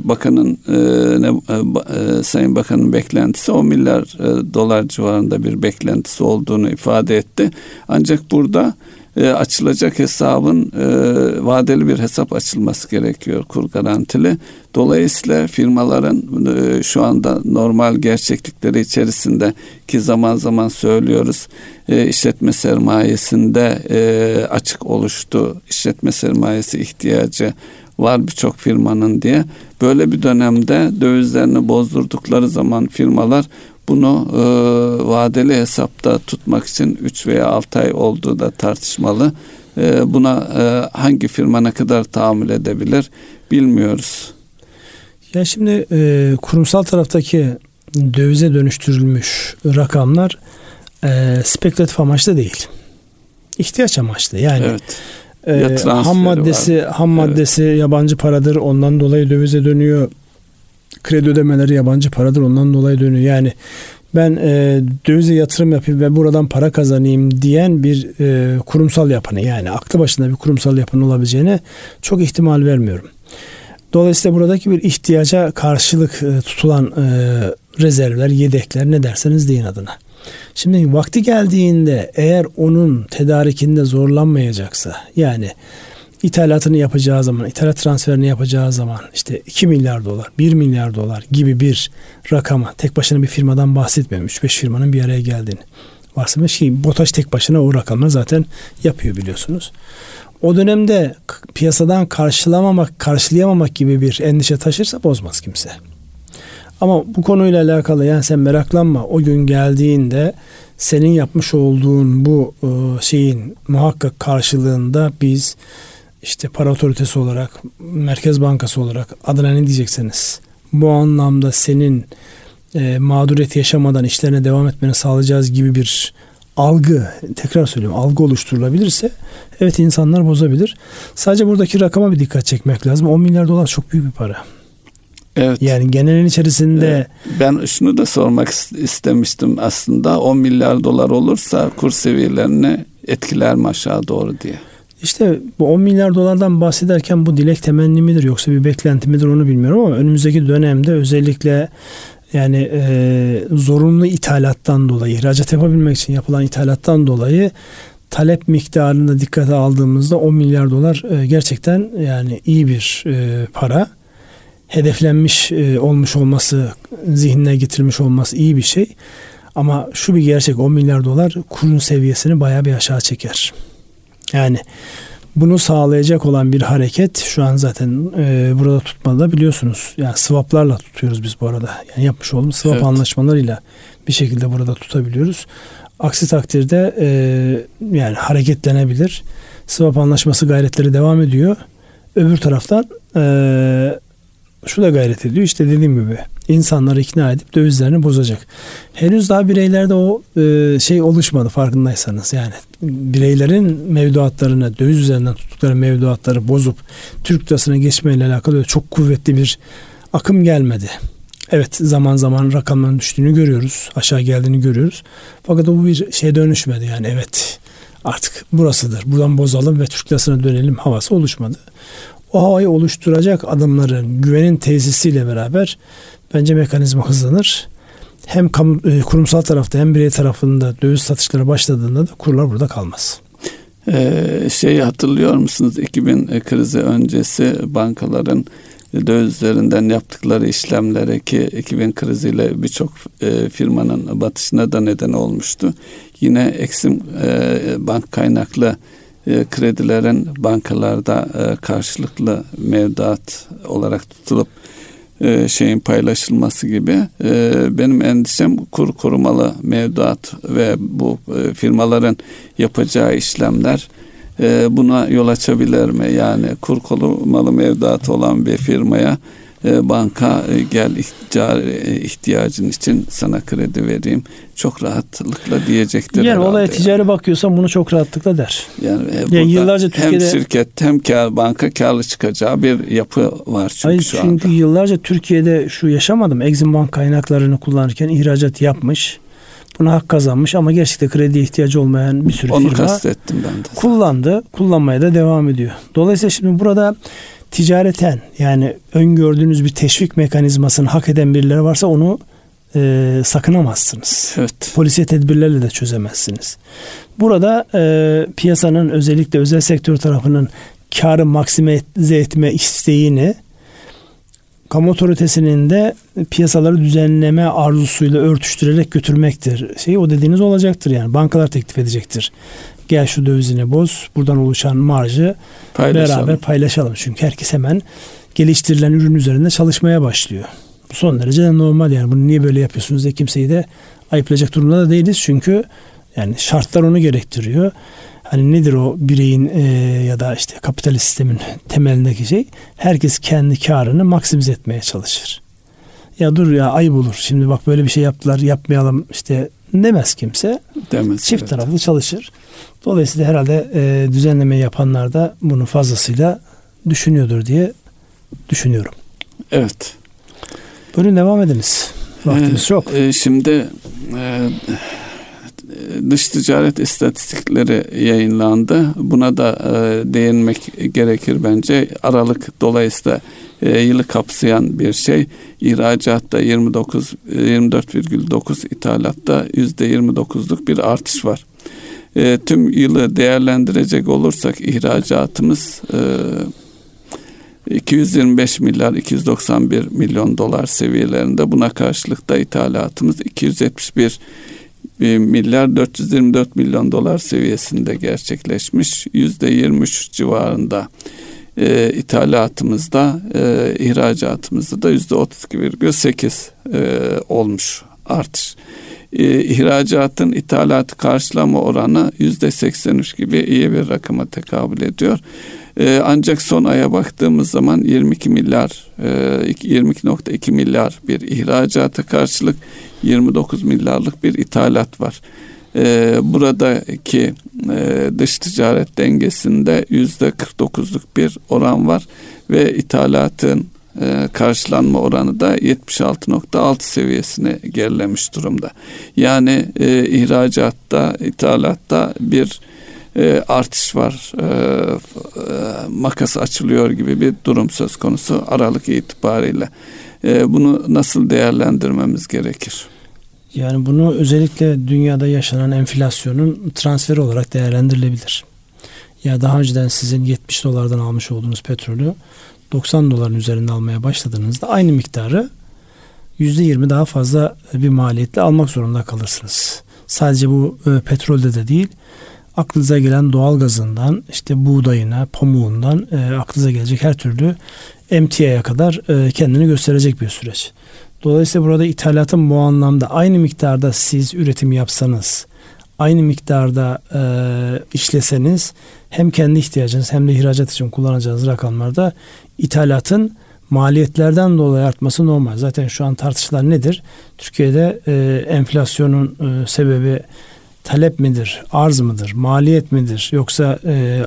Sayın Bakan'ın beklentisi 10 milyar dolar civarında bir beklentisi olduğunu ifade etti. Ancak burada açılacak hesabın vadeli bir hesap açılması gerekiyor, kur garantili. Dolayısıyla firmaların şu anda normal gerçeklikleri içerisinde, ki zaman zaman söylüyoruz, işletme sermayesinde açık oluştu, işletme sermayesi ihtiyacı var birçok firmanın diye. Böyle bir dönemde dövizlerini bozdurdukları zaman firmalar bunu vadeli hesapta tutmak için 3 veya 6 ay olduğu da tartışmalı. Buna hangi firma ne kadar tahammül edebilir bilmiyoruz.
Ya şimdi kurumsal taraftaki dövize dönüştürülmüş rakamlar spekülatif amaçlı değil. ihtiyaç amaçlı. Yani
evet.
Ham maddesi yabancı paradır. Ondan dolayı dövize dönüyor. Kredi ödemeleri yabancı paradır. Ondan dolayı dönüyor. Yani ben dövize yatırım yapayım ve buradan para kazanayım diyen bir kurumsal yapını, yani aklı başında bir kurumsal yapının olabileceğine çok ihtimal vermiyorum. Dolayısıyla buradaki bir ihtiyaca karşılık tutulan rezervler, yedekler, ne derseniz deyin adına. Şimdi vakti geldiğinde eğer onun tedarikinde zorlanmayacaksa, yani ithalatını yapacağı zaman, ithalat transferini yapacağı zaman işte 2 milyar dolar, 1 milyar dolar gibi bir rakama, tek başına bir firmadan bahsetmiyorum. 3-5 firmanın bir araya geldiğini varsaymış ki BOTAŞ tek başına o rakamları zaten yapıyor biliyorsunuz. O dönemde piyasadan karşılayamamak gibi bir endişe taşırsa bozmaz kimse. Ama bu konuyla alakalı yani sen meraklanma, o gün geldiğinde senin yapmış olduğun bu şeyin muhakkak karşılığında biz işte para otoritesi olarak, Merkez Bankası olarak, adına ne diyecekseniz, bu anlamda senin mağduriyet yaşamadan işlerine devam etmeni sağlayacağız gibi bir algı, tekrar söylüyorum, algı oluşturulabilirse evet, insanlar bozabilir. Sadece buradaki rakama bir dikkat çekmek lazım. 10 milyar dolar çok büyük bir para.
Evet.
Yani genelin içerisinde
ben şunu da sormak istemiştim aslında, 10 milyar dolar olursa kur seviyelerini etkiler mi aşağı doğru diye.
İşte bu 10 milyar dolardan bahsederken bu dilek temenni midir yoksa bir beklenti midir onu bilmiyorum ama önümüzdeki dönemde özellikle yani zorunlu ithalattan dolayı, ihracat yapabilmek için yapılan ithalattan dolayı talep miktarını da dikkate aldığımızda 10 milyar dolar gerçekten yani iyi bir para. Hedeflenmiş olmuş olması, zihnine getirilmiş olması iyi bir şey. Ama şu bir gerçek, 10 milyar dolar kurun seviyesini bayağı bir aşağı çeker. Yani bunu sağlayacak olan bir hareket şu an zaten burada tutmada biliyorsunuz. Yani swaplarla tutuyoruz biz bu arada. Yani yapmış olduğumuz swap anlaşmalarıyla bir şekilde burada tutabiliyoruz. Aksi takdirde yani hareketlenebilir. Swap anlaşması gayretleri devam ediyor. Öbür taraftan şu da gayret ediyor. İşte dediğim gibi insanları ikna edip dövizlerini bozacak. Henüz daha bireylerde o şey oluşmadı farkındaysanız. Yani bireylerin mevduatlarını, döviz üzerinden tuttukları mevduatları bozup Türk lirasına geçmeyle alakalı çok kuvvetli bir akım gelmedi. Evet, zaman zaman rakamların düştüğünü görüyoruz. Aşağı geldiğini görüyoruz. Fakat o bir şeye dönüşmedi. Yani evet, artık burasıdır, buradan bozalım ve Türk lirasına dönelim havası oluşmadı. O havayı oluşturacak adımların, güvenin tesisiyle beraber bence mekanizma hızlanır. Hem kurumsal tarafta hem birey tarafında döviz satışları başladığında da kurlar burada kalmaz.
Hatırlıyor musunuz? 2000 krizi öncesi bankaların dövizlerinden yaptıkları işlemlere, ki 2000 kriziyle birçok firmanın batışına da neden olmuştu. Yine Eksim bank kaynaklı kredilerin bankalarda karşılıklı mevduat olarak tutulup paylaşılması gibi. Benim endişem kur korumalı mevduat ve bu firmaların yapacağı işlemler buna yol açabilir mi? Yani kur korumalı mevduat olan bir firmaya banka gel ihtiyacın için sana kredi vereyim, çok rahatlıkla diyecektir.
Yani olaya ticari bakıyorsan bunu çok rahatlıkla der.
Yani yıllarca Türkiye'de hem şirket hem banka karlı çıkacağı bir yapı var çünkü
çünkü yıllarca Türkiye'de şu yaşamadım. Exim Bank kaynaklarını kullanırken ihracat yapmış, buna hak kazanmış ama gerçekten krediye ihtiyacı olmayan bir sürü firma
kastettim ben de.
Kullanmaya da devam ediyor. Dolayısıyla şimdi burada ticareten, yani öngördüğünüz bir teşvik mekanizmasını hak eden birileri varsa onu sakınamazsınız.
Evet.
Polisiye tedbirlerle de çözemezsiniz. Burada piyasanın, özellikle özel sektör tarafının karı maksimize etme isteğini kamu otoritesinin de piyasaları düzenleme arzusuyla örtüştürerek götürmektir. O dediğiniz olacaktır yani. Bankalar teklif edecektir. Gel şu dövizini boz, buradan oluşan marjı beraber paylaşalım. Çünkü herkes hemen geliştirilen ürün üzerinde çalışmaya başlıyor. Bu son derece de normal yani. Bunu niye böyle yapıyorsunuz diye kimseyi de ayıplayacak durumda da değiliz. Çünkü yani şartlar onu gerektiriyor. Hani nedir o bireyin ya da işte kapitalist sistemin temelindeki şey? Herkes kendi karını maksimize etmeye çalışır. Ya dur ya, ayıp olur. Şimdi bak böyle bir şey yaptılar, yapmayalım işte demez kimse.
Demez,
Çift taraflı çalışır. Dolayısıyla herhalde düzenlemeyi yapanlar da bunu fazlasıyla düşünüyordur diye düşünüyorum.
Evet.
Buyurun devam ediniz. Vaktimiz çok.
Şimdi dış ticaret istatistikleri yayınlandı. Buna da değinmek gerekir bence. Aralık dolayısıyla yılı kapsayan bir şey. İhracatta 24,9, ithalatta %29'luk bir artış var. Tüm yılı değerlendirecek olursak ihracatımız 225 milyar 291 milyon dolar seviyelerinde. Buna karşılık da ithalatımız 271 milyar 424 milyon dolar seviyesinde gerçekleşmiş. %23 civarında ithalatımızda, ihracatımızda da %32,8 olmuş artış. İhracatın ithalatı karşılama oranı %83 gibi iyi bir rakama tekabül ediyor. Ancak son aya baktığımız zaman 22,2 milyar bir ihracata karşılık 29 milyarlık bir ithalat var. Buradaki dış ticaret dengesinde %49'luk bir oran var ve ithalatın karşılanma oranı da 76,6 seviyesine gerilemiş durumda. Yani ihracatta, ithalatta bir artış var. Makas açılıyor gibi bir durum söz konusu Aralık itibariyle. Bunu nasıl değerlendirmemiz gerekir?
Yani bunu özellikle dünyada yaşanan enflasyonun transferi olarak değerlendirilebilir. Ya daha önceden sizin 70 dolardan almış olduğunuz petrolü 90 doların üzerinde almaya başladığınızda aynı miktarı %20 daha fazla bir maliyetle almak zorunda kalırsınız. Sadece bu petrolde de değil, aklınıza gelen doğal gazından, işte buğdayına, pamuğundan aklınıza gelecek her türlü emtiaya kadar kendini gösterecek bir süreç. Dolayısıyla burada ithalatın bu anlamda aynı miktarda siz üretim yapsanız, aynı miktarda işleseniz hem kendi ihtiyacınız hem de ihracat için kullanacağınız rakamlarda ithalatın maliyetlerden dolayı artması normal. Zaten şu an tartışılan nedir? Türkiye'de enflasyonun sebebi talep midir, arz mıdır, maliyet midir, yoksa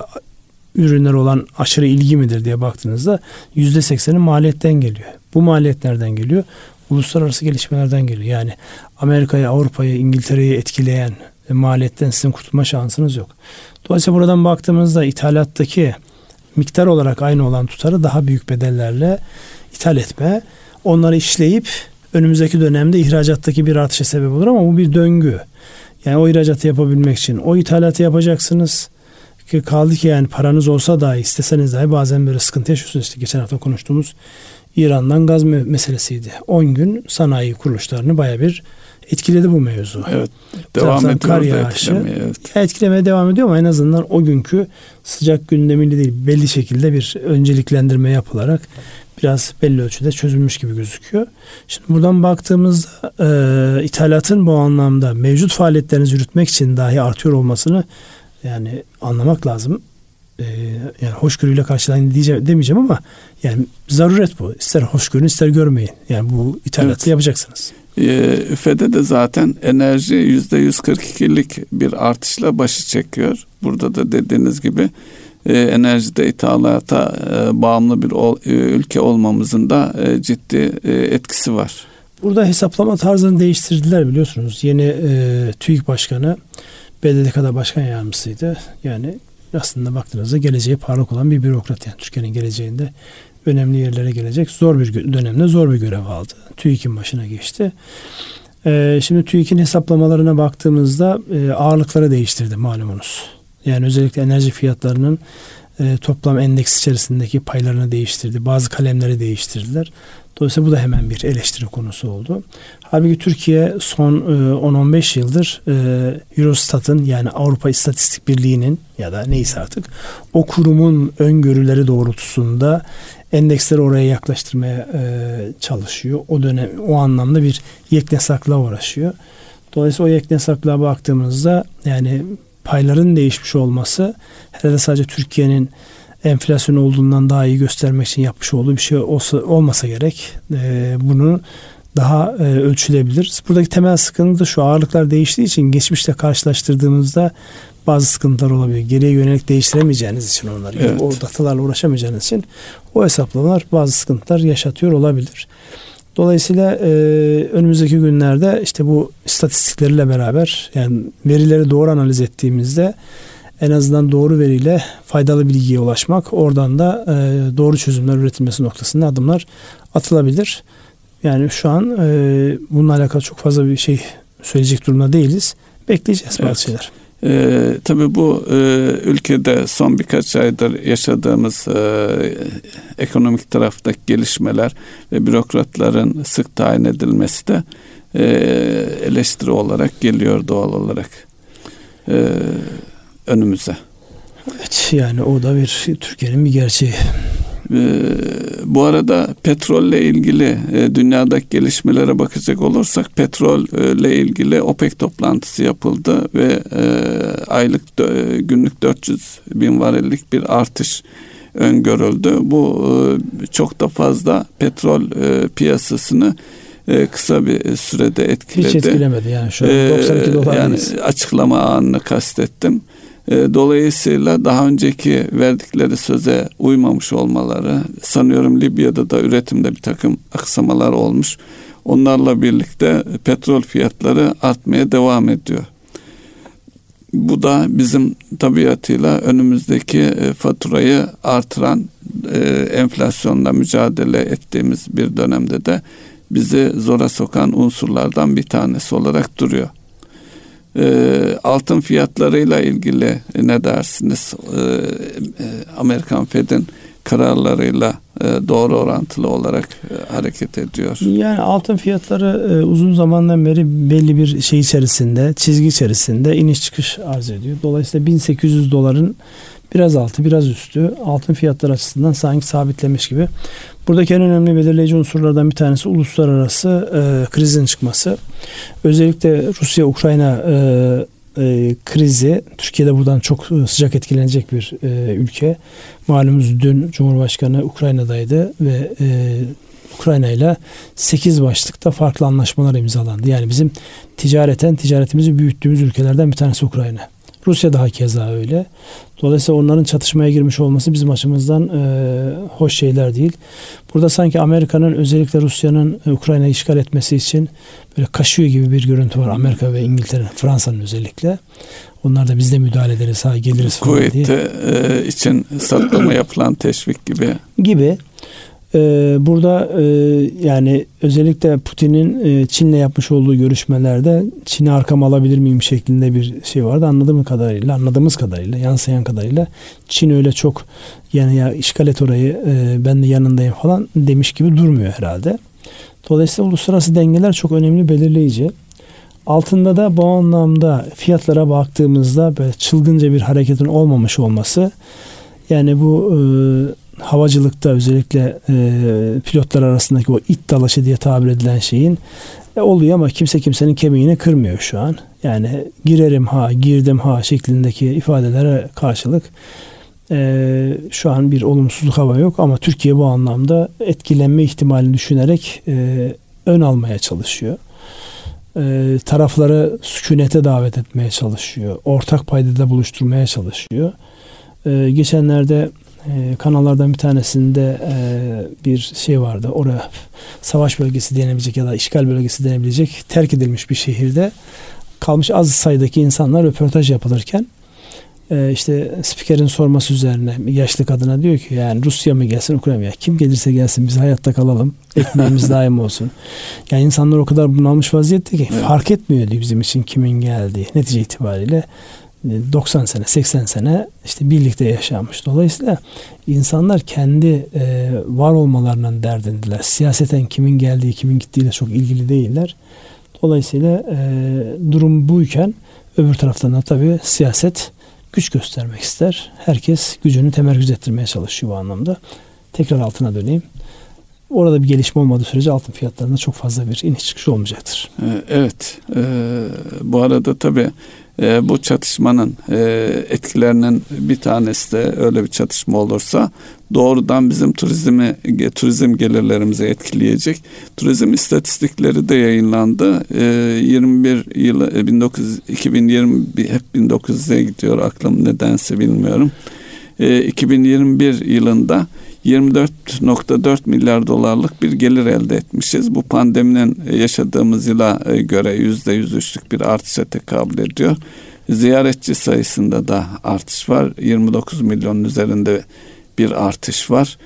ürünler olan aşırı ilgi midir diye baktığınızda %80'i maliyetten geliyor. Bu maliyet nereden geliyor? Uluslararası gelişmelerden geliyor. Yani Amerika'yı, Avrupa'yı, İngiltere'yi etkileyen maliyetten sizin kurtulma şansınız yok. Dolayısıyla buradan baktığımızda ithalattaki miktar olarak aynı olan tutarı daha büyük bedellerle ithal etme, onları işleyip önümüzdeki dönemde ihracattaki bir artışa sebep olur ama bu bir döngü. Yani o ihracatı yapabilmek için o ithalatı yapacaksınız. Kaldı ki yani paranız olsa dahi, isteseniz dahi bazen böyle sıkıntı yaşıyorsunuz. İşte geçen hafta konuştuğumuz İran'dan gaz meselesiydi. 10 gün sanayi kuruluşlarını bayağı bir etkiledi bu mevzu.
Evet. Devam ediyor.
Kar yağışı etkilemeye devam ediyor ama en azından o günkü sıcak gündemiyle değil, belli şekilde bir önceliklendirme yapılarak biraz belli ölçüde çözülmüş gibi gözüküyor. Şimdi buradan baktığımızda ithalatın bu anlamda mevcut faaliyetlerinizi yürütmek için dahi artıyor olmasını yani anlamak lazım. Yani hoşgörüyle karşılayın demeyeceğim ama yani zaruret bu. İster hoşgörün ister görmeyin. Yani bu ithalatı yapacaksınız.
Üfede de zaten enerji %142'lik bir artışla başı çekiyor. Burada da dediğiniz gibi enerjide ithalata bağımlı bir ülke olmamızın da ciddi etkisi var.
Burada hesaplama tarzını değiştirdiler biliyorsunuz. Yeni TÜİK Başkanı BDDK'da başkan yardımcısıydı. Yani aslında baktığınızda geleceği parlak olan bir bürokrat. Yani Türkiye'nin geleceğinde önemli yerlere gelecek zor bir dönemde zor bir görev aldı. TÜİK'in başına geçti. Şimdi TÜİK'in hesaplamalarına baktığımızda ağırlıkları değiştirdi malumunuz. Yani özellikle enerji fiyatlarının toplam endeks içerisindeki paylarını değiştirdi. Bazı kalemleri değiştirdiler. Dolayısıyla bu da hemen bir eleştiri konusu oldu. Halbuki Türkiye son 10-15 yıldır Eurostat'ın yani Avrupa İstatistik Birliği'nin ya da neyse artık o kurumun öngörüleri doğrultusunda endeksleri oraya yaklaştırmaya çalışıyor. O dönem o anlamda bir yeknesaklığa uğraşıyor. Dolayısıyla o yeknesaklığa baktığımızda yani payların değişmiş olması herhalde sadece Türkiye'nin enflasyon olduğundan daha iyi göstermek için yapmış olduğu bir şey olmasa gerek. Bunu daha ölçülebilir. Buradaki temel sıkıntı da şu: ağırlıklar değiştiği için geçmişle karşılaştırdığımızda bazı sıkıntılar olabilir. Geriye yönelik değiştiremeyeceğiniz için onları,
evet,
o datalarla uğraşamayacağınız için o hesaplamalar bazı sıkıntılar yaşatıyor olabilir. Dolayısıyla önümüzdeki günlerde işte bu istatistiklerle beraber, yani verileri doğru analiz ettiğimizde en azından doğru veriyle faydalı bilgiye ulaşmak, oradan da doğru çözümler üretilmesi noktasında adımlar atılabilir. Yani şu an bununla alakalı çok fazla bir şey söyleyecek durumda değiliz. Bekleyeceğiz bazı şeyler.
Tabii bu ülkede son birkaç aydır yaşadığımız ekonomik taraftaki gelişmeler ve bürokratların sık tayin edilmesi de eleştiri olarak geliyor doğal olarak önümüze.
Evet, yani o da bir Türkiye'nin bir gerçeği.
Bu arada petrolle ilgili dünyadaki gelişmelere bakacak olursak, petrolle ilgili OPEC toplantısı yapıldı ve günlük 400 bin varillik bir artış öngörüldü. Bu çok da fazla petrol piyasasını kısa bir sürede etkiledi.
Hiç etkilemedi yani, şu an 92 dolar.
Yani açıklama anını kastettim. Dolayısıyla daha önceki verdikleri söze uymamış olmaları, sanıyorum Libya'da da üretimde bir takım aksamalar olmuş. Onlarla birlikte petrol fiyatları artmaya devam ediyor. Bu da bizim tabiatıyla önümüzdeki faturayı artıran, enflasyonla mücadele ettiğimiz bir dönemde de bizi zora sokan unsurlardan bir tanesi olarak duruyor. Altın fiyatlarıyla ilgili ne dersiniz? Amerikan Fed'in kararlarıyla doğru orantılı olarak hareket ediyor. Yani
altın fiyatları uzun zamandan beri belli bir şey içerisinde, çizgi içerisinde iniş çıkış arz ediyor. Dolayısıyla 1800 doların biraz altı, biraz üstü altın fiyatları açısından sanki sabitlemiş gibi. Buradaki en önemli belirleyici unsurlardan bir tanesi uluslararası krizin çıkması. Özellikle Rusya-Ukrayna krizi, Türkiye'de buradan çok sıcak etkilenecek bir ülke. Malumunuz dün Cumhurbaşkanı Ukrayna'daydı ve Ukrayna ile 8 başlıkta farklı anlaşmalar imzalandı. Yani bizim ticaretimizi büyüttüğümüz ülkelerden bir tanesi Ukrayna. Rusya daha keza öyle. Dolayısıyla onların çatışmaya girmiş olması bizim açımızdan hoş şeyler değil. Burada sanki Amerika'nın özellikle Rusya'nın Ukrayna'yı işgal etmesi için böyle kaşıyor gibi bir görüntü var. Amerika ve İngiltere, Fransa'nın özellikle. Onlar da biz de müdahale ederiz, geliriz falan diye.
Kuvveti için saklama yapılan teşvik gibi.
Burada yani özellikle Putin'in Çin'le yapmış olduğu görüşmelerde Çin'i arkama alabilir miyim şeklinde bir şey vardı. Anladığımız kadarıyla, yansıyan kadarıyla Çin öyle çok yani ya işgal et orayı, ben de yanındayım falan demiş gibi durmuyor herhalde. Dolayısıyla uluslararası dengeler çok önemli, belirleyici. Altında da bu anlamda fiyatlara baktığımızda böyle çılgınca bir hareketin olmamış olması, yani bu havacılıkta özellikle pilotlar arasındaki o it dalaşı diye tabir edilen şeyin oluyor ama kimse kimsenin kemiğini kırmıyor şu an. Yani girdim şeklindeki ifadelere karşılık şu an bir olumsuzluk hava yok ama Türkiye bu anlamda etkilenme ihtimalini düşünerek ön almaya çalışıyor. Tarafları sükunete davet etmeye çalışıyor. Ortak paydada buluşturmaya çalışıyor. Geçenlerde kanallardan bir tanesinde bir şey vardı. Oraya savaş bölgesi denebilecek ya da işgal bölgesi denebilecek terk edilmiş bir şehirde kalmış az sayıdaki insanlar röportaj yapılırken işte spikerin sorması üzerine yaşlı kadına diyor ki yani Rusya mı gelsin, Ukrayna mı? Ya kim gelirse gelsin biz hayatta kalalım. Ekmeğimiz daim olsun. Yani insanlar o kadar bunalmış vaziyette ki fark etmiyor diyor bizim için kimin geldiği. Netice itibariyle 90 sene, 80 sene işte birlikte yaşanmış. Dolayısıyla insanlar kendi var olmalarının derdindeler. Siyaseten kimin geldiği, kimin gittiğiyle çok ilgili değiller. Dolayısıyla durum buyken öbür taraftan da tabii siyaset güç göstermek ister. Herkes gücünü temerküz ettirmeye çalışıyor bu anlamda. Tekrar altına döneyim. Orada bir gelişme olmadığı sürece altın fiyatlarında çok fazla bir iniş çıkış olmayacaktır.
Evet. Bu arada tabii Bu çatışmanın etkilerinin bir tanesi de öyle bir çatışma olursa doğrudan bizim turizm gelirlerimizi etkileyecek. Turizm istatistikleri de yayınlandı. 2020 hep 1900'e gidiyor, aklım nedense bilmiyorum. 2021 yılında 24.4 milyar dolarlık bir gelir elde etmişiz. Bu pandeminin yaşadığımız yıla göre %103'lük bir artışa tekabül ediyor. Ziyaretçi sayısında da artış var. 29 milyonun üzerinde bir artış var.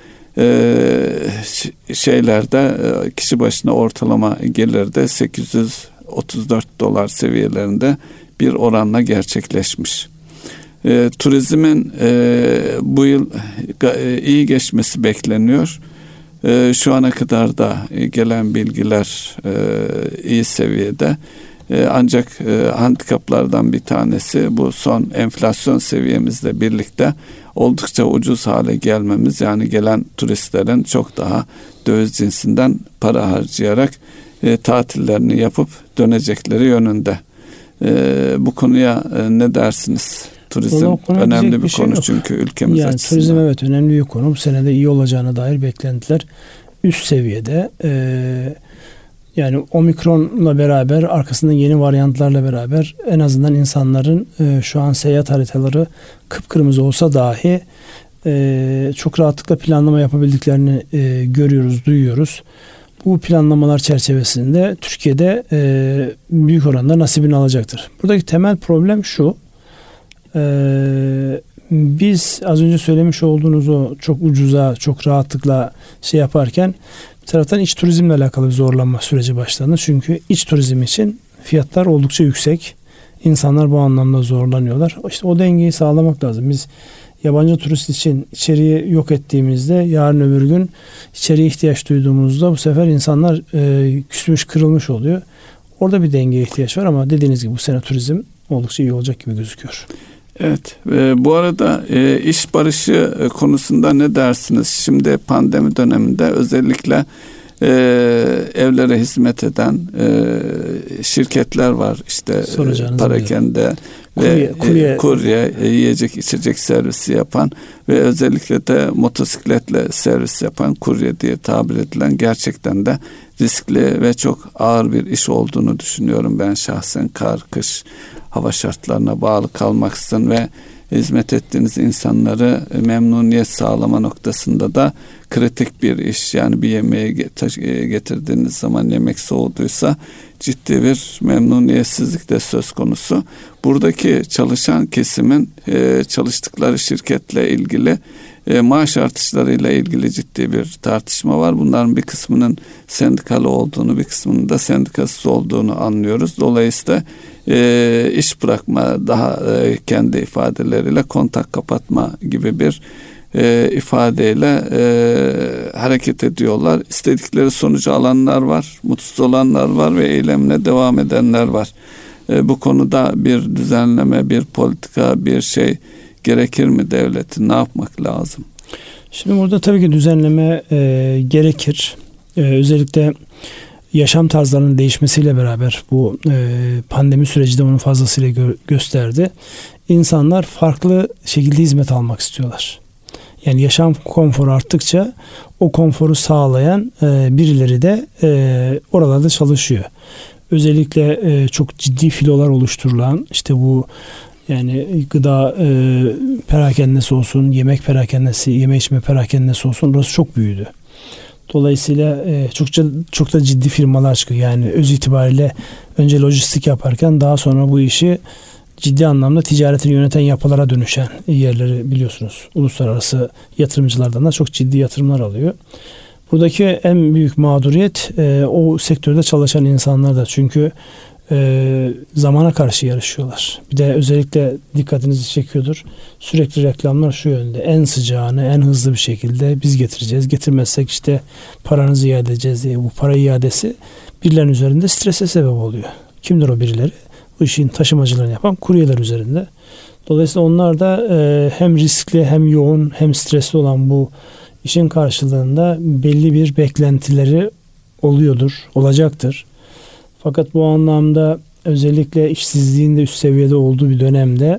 Kişi başına ortalama gelirde 834 dolar seviyelerinde bir oranla gerçekleşmiş. Turizmin bu yıl iyi geçmesi bekleniyor. Şu ana kadar da gelen bilgiler iyi seviyede. Ancak handikaplardan bir tanesi bu son enflasyon seviyemizle birlikte oldukça ucuz hale gelmemiz. Yani gelen turistlerin çok daha döviz cinsinden para harcayarak tatillerini yapıp dönecekleri yönünde. Bu konuya ne dersiniz? Turizm önemli bir konu çünkü ülkemiz
yani
açısından.
Turizm evet önemli bir konu. Bu sene de iyi olacağına dair beklentiler üst seviyede. Yani omikronla beraber, arkasından yeni varyantlarla beraber en azından insanların şu an seyahat haritaları kıpkırmızı olsa dahi çok rahatlıkla planlama yapabildiklerini görüyoruz, duyuyoruz. Bu planlamalar çerçevesinde Türkiye'de büyük oranda nasibini alacaktır. Buradaki temel problem şu: biz az önce söylemiş olduğunuz o çok ucuza, çok rahatlıkla yaparken bir taraftan iç turizmle alakalı bir zorlanma süreci başladı. Çünkü iç turizm için fiyatlar oldukça yüksek. İnsanlar bu anlamda zorlanıyorlar. İşte o dengeyi sağlamak lazım. Biz yabancı turist için içeriği yok ettiğimizde yarın öbür gün içeriye ihtiyaç duyduğumuzda bu sefer insanlar küsmüş, kırılmış oluyor. Orada bir dengeye ihtiyaç var ama dediğiniz gibi bu sene turizm oldukça iyi olacak gibi gözüküyor.
Evet. Bu arada iş barışı konusunda ne dersiniz? Şimdi pandemi döneminde özellikle evlere hizmet eden şirketler var. İşte parakende ve kurye, yiyecek içecek servisi yapan ve özellikle de motosikletle servis yapan, kurye diye tabir edilen, gerçekten de riskli ve çok ağır bir iş olduğunu düşünüyorum ben şahsen. Kar, kış, hava şartlarına bağlı kalmaksızın ve hizmet ettiğiniz insanları memnuniyet sağlama noktasında da kritik bir iş. Yani bir yemeği getirdiğiniz zaman yemek soğuduysa ciddi bir memnuniyetsizlik de söz konusu. Buradaki çalışan kesimin çalıştıkları şirketle ilgili maaş artışlarıyla ilgili ciddi bir tartışma var. Bunların bir kısmının sendikalı olduğunu, bir kısmının da sendikasız olduğunu anlıyoruz. Dolayısıyla iş bırakma, daha kendi ifadeleriyle kontak kapatma gibi bir ifadeyle hareket ediyorlar. İstedikleri sonucu alanlar var, mutsuz olanlar var ve eylemine devam edenler var. Bu konuda bir düzenleme, bir politika, bir şey gerekir mi devletin? Ne yapmak lazım?
Şimdi burada tabii ki düzenleme gerekir. Özellikle yaşam tarzlarının değişmesiyle beraber bu pandemi süreci de onu fazlasıyla gösterdi. İnsanlar farklı şekilde hizmet almak istiyorlar. Yani yaşam konforu arttıkça o konforu sağlayan birileri de oralarda çalışıyor. Özellikle çok ciddi filolar oluşturulan, işte bu yani gıda perakendesi olsun, yemek perakendesi, yeme içme perakendesi olsun, burası çok büyüdü. Dolayısıyla çok da ciddi firmalar çıkıyor. Yani öz itibariyle önce lojistik yaparken daha sonra bu işi ciddi anlamda ticaretini yöneten yapılara dönüşen yerleri biliyorsunuz. Uluslararası yatırımcılardan da çok ciddi yatırımlar alıyor. Buradaki en büyük mağduriyet o sektörde çalışan insanlar da. Çünkü zamana karşı yarışıyorlar. Bir de özellikle dikkatinizi çekiyordur. Sürekli reklamlar şu yönde: en sıcağını en hızlı bir şekilde biz getireceğiz. Getirmezsek işte paranızı iade edeceğiz diye. Bu para iadesi birilerinin üzerinde strese sebep oluyor. Kimdir o birileri? Bu işin taşımacılığını yapan kuryeler üzerinde. Dolayısıyla onlar da hem riskli hem yoğun hem stresli olan bu işin karşılığında belli bir beklentileri olacaktır. Fakat bu anlamda özellikle işsizliğin de üst seviyede olduğu bir dönemde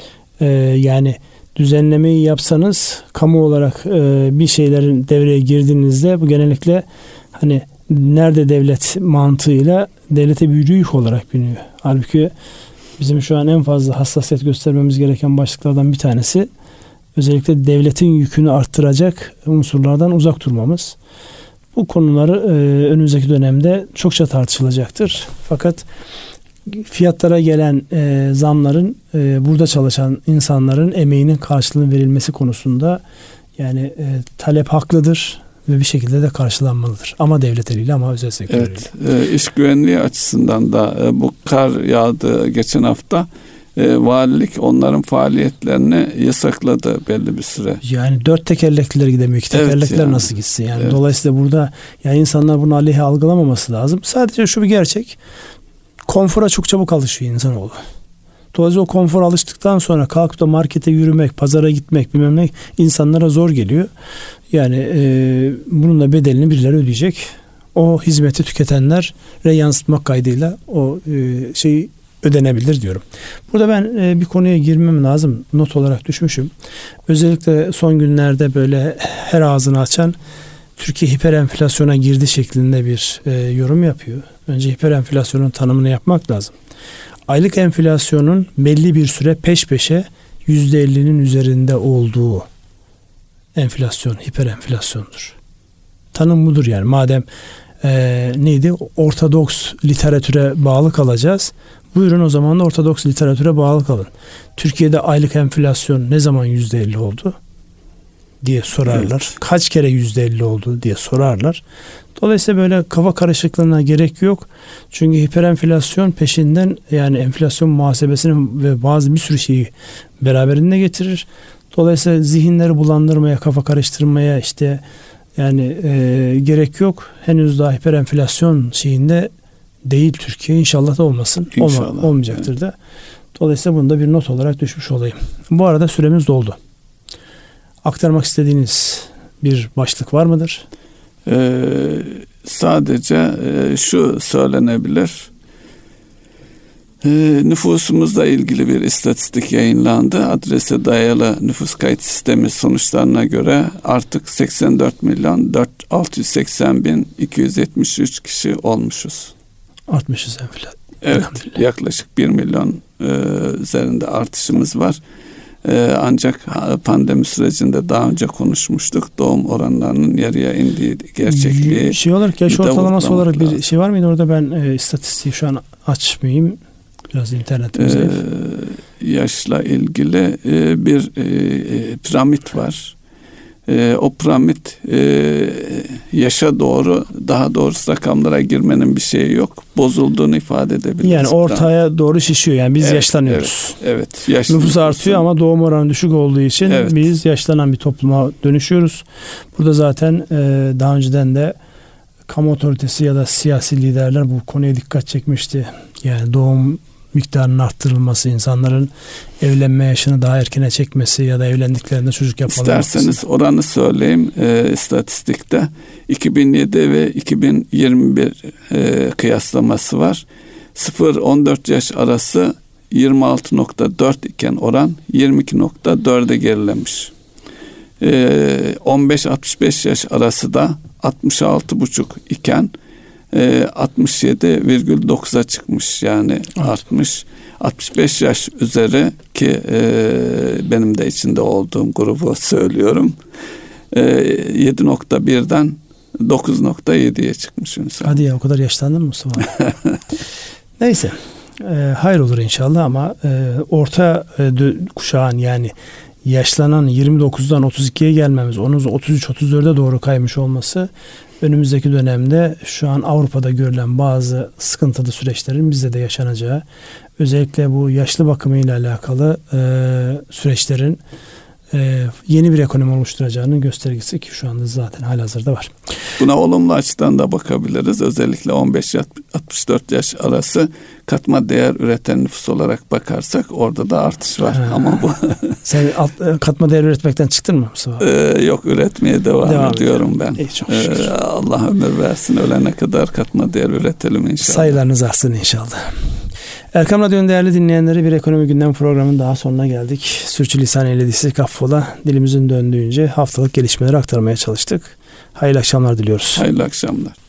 yani düzenlemeyi yapsanız kamu olarak bir şeylerin devreye girdiğinizde bu genellikle hani nerede devlet mantığıyla devlete bir yük olarak biniyor. Halbuki bizim şu an en fazla hassasiyet göstermemiz gereken başlıklardan bir tanesi özellikle devletin yükünü arttıracak unsurlardan uzak durmamız. Bu konuları önümüzdeki dönemde çokça tartışılacaktır. Fakat fiyatlara gelen zamların burada çalışan insanların emeğinin karşılığının verilmesi konusunda yani talep haklıdır ve bir şekilde de karşılanmalıdır. Ama devlet eliyle ama özel sektör eliyle.
Evet, iş güvenliği açısından da bu kar yağdı geçen hafta. Valilik onların faaliyetlerini yasakladı belli bir süre.
Yani 4 tekerlekliler gidemiyor. 2 tekerlekliler yani nasıl gitsin? Yani evet. Dolayısıyla burada yani insanlar bunu aleyhe algılamaması lazım. Sadece şu bir gerçek. Konfora çok çabuk alışıyor insanoğlu. Dolayısıyla o konfora alıştıktan sonra kalkıp da markete yürümek, pazara gitmek bilmem ne insanlara zor geliyor. Yani bunun da bedelini birileri ödeyecek. O hizmeti tüketenlere yansıtmak kaydıyla o şeyi ödenebilir diyorum. Burada ben bir konuya girmem lazım. Not olarak düşmüşüm. Özellikle son günlerde böyle her ağzını açan Türkiye hiperenflasyona girdi şeklinde bir yorum yapıyor. Önce hiperenflasyonun tanımını yapmak lazım. Aylık enflasyonun belli bir süre peş peşe %50'nin üzerinde olduğu enflasyon, hiperenflasyondur. Tanım budur yani. Madem neydi? Ortodoks literatüre bağlı kalacağız. Buyurun o zaman da ortodoks literatüre bağlı kalın. Türkiye'de aylık enflasyon ne zaman %50 oldu diye sorarlar. Evet. Kaç kere %50 oldu diye sorarlar. Dolayısıyla böyle kafa karışıklığına gerek yok. Çünkü hiperenflasyon peşinden yani enflasyon muhasebesinin ve bazı bir sürü şeyi beraberinde getirir. Dolayısıyla zihinleri bulandırmaya, kafa karıştırmaya işte yani gerek yok. Henüz daha hiperenflasyon şeyinde değil Türkiye. İnşallah da olmasın. Olmayacaktır evet. Da. Dolayısıyla bunu da bir not olarak düşmüş olayım. Bu arada süremiz doldu. Aktarmak istediğiniz bir başlık var mıdır?
Sadece şu söylenebilir. Nüfusumuzla ilgili bir istatistik yayınlandı. Adrese dayalı nüfus kayıt sistemi sonuçlarına göre artık 84.680.273 kişi olmuşuz.
Artmışız enflasyon.
Evet, yaklaşık 1 milyon üzerinde artışımız var. Ancak pandemi sürecinde daha önce konuşmuştuk. Doğum oranlarının yarıya indiği gerçekliği.
Şey olarak yaş ortalaması olarak bir şey var mıydı orada? Ben istatistiği şu an açmayayım. Biraz internetimize.
Yaşla ilgili bir piramit var. O piramit yaşa doğru daha doğrusu rakamlara girmenin bir şeyi yok. Bozulduğunu ifade edebiliriz.
Yani ortaya doğru şişiyor. Yani biz yaşlanıyoruz.
Evet.
Nüfus artıyor ama doğum oranı düşük olduğu için biz yaşlanan bir topluma dönüşüyoruz. Burada zaten daha önceden de kamu otoritesi ya da siyasi liderler bu konuya dikkat çekmişti. Yani doğum miktarının arttırılması, insanların evlenme yaşını daha erkene çekmesi ya da evlendiklerinde çocuk yapmaları.
İsterseniz oranı söyleyeyim istatistikte. 2007 ve 2021 kıyaslaması var. 0-14 yaş arası 26.4 iken oran 22.4'e gerilemiş. 15-65 yaş arası da 66.5 iken 67,9'a çıkmış yani artmış. 65 yaş üzeri ki benim de içinde olduğum grubu söylüyorum. 7.1'den 9.7'ye çıkmış insan.
Hadi ya o kadar yaşlandın mı Mustafa? Neyse. Hayır olur inşallah ama orta kuşağın yani yaşlanan 29'dan 32'ye gelmemiz, onun 33-34'e doğru kaymış olması önümüzdeki dönemde şu an Avrupa'da görülen bazı sıkıntılı süreçlerin bizde de yaşanacağı, özellikle bu yaşlı bakımıyla alakalı süreçlerin yeni bir ekonomi oluşturacağının göstergesi ki şu anda zaten halihazırda var.
Buna olumlu açıdan da bakabiliriz. Özellikle 15-64 yaş arası katma değer üreten nüfus olarak bakarsak orada da artış var. Ama bu
sen katma değer üretmekten çıktın mı Mustafa?
Yok, üretmeye devam ediyorum ben.
Çok
Allah ömür versin, ölene kadar katma değer üretelim inşallah.
Sayılarınız artsın inşallah. Erkam Radyo'nun değerli dinleyenleri, bir ekonomi gündem programının daha sonuna geldik. Sürçülisan eylediysek affola. Dilimizin döndüğünce haftalık gelişmeleri aktarmaya çalıştık. Hayırlı akşamlar diliyoruz.
Hayırlı akşamlar.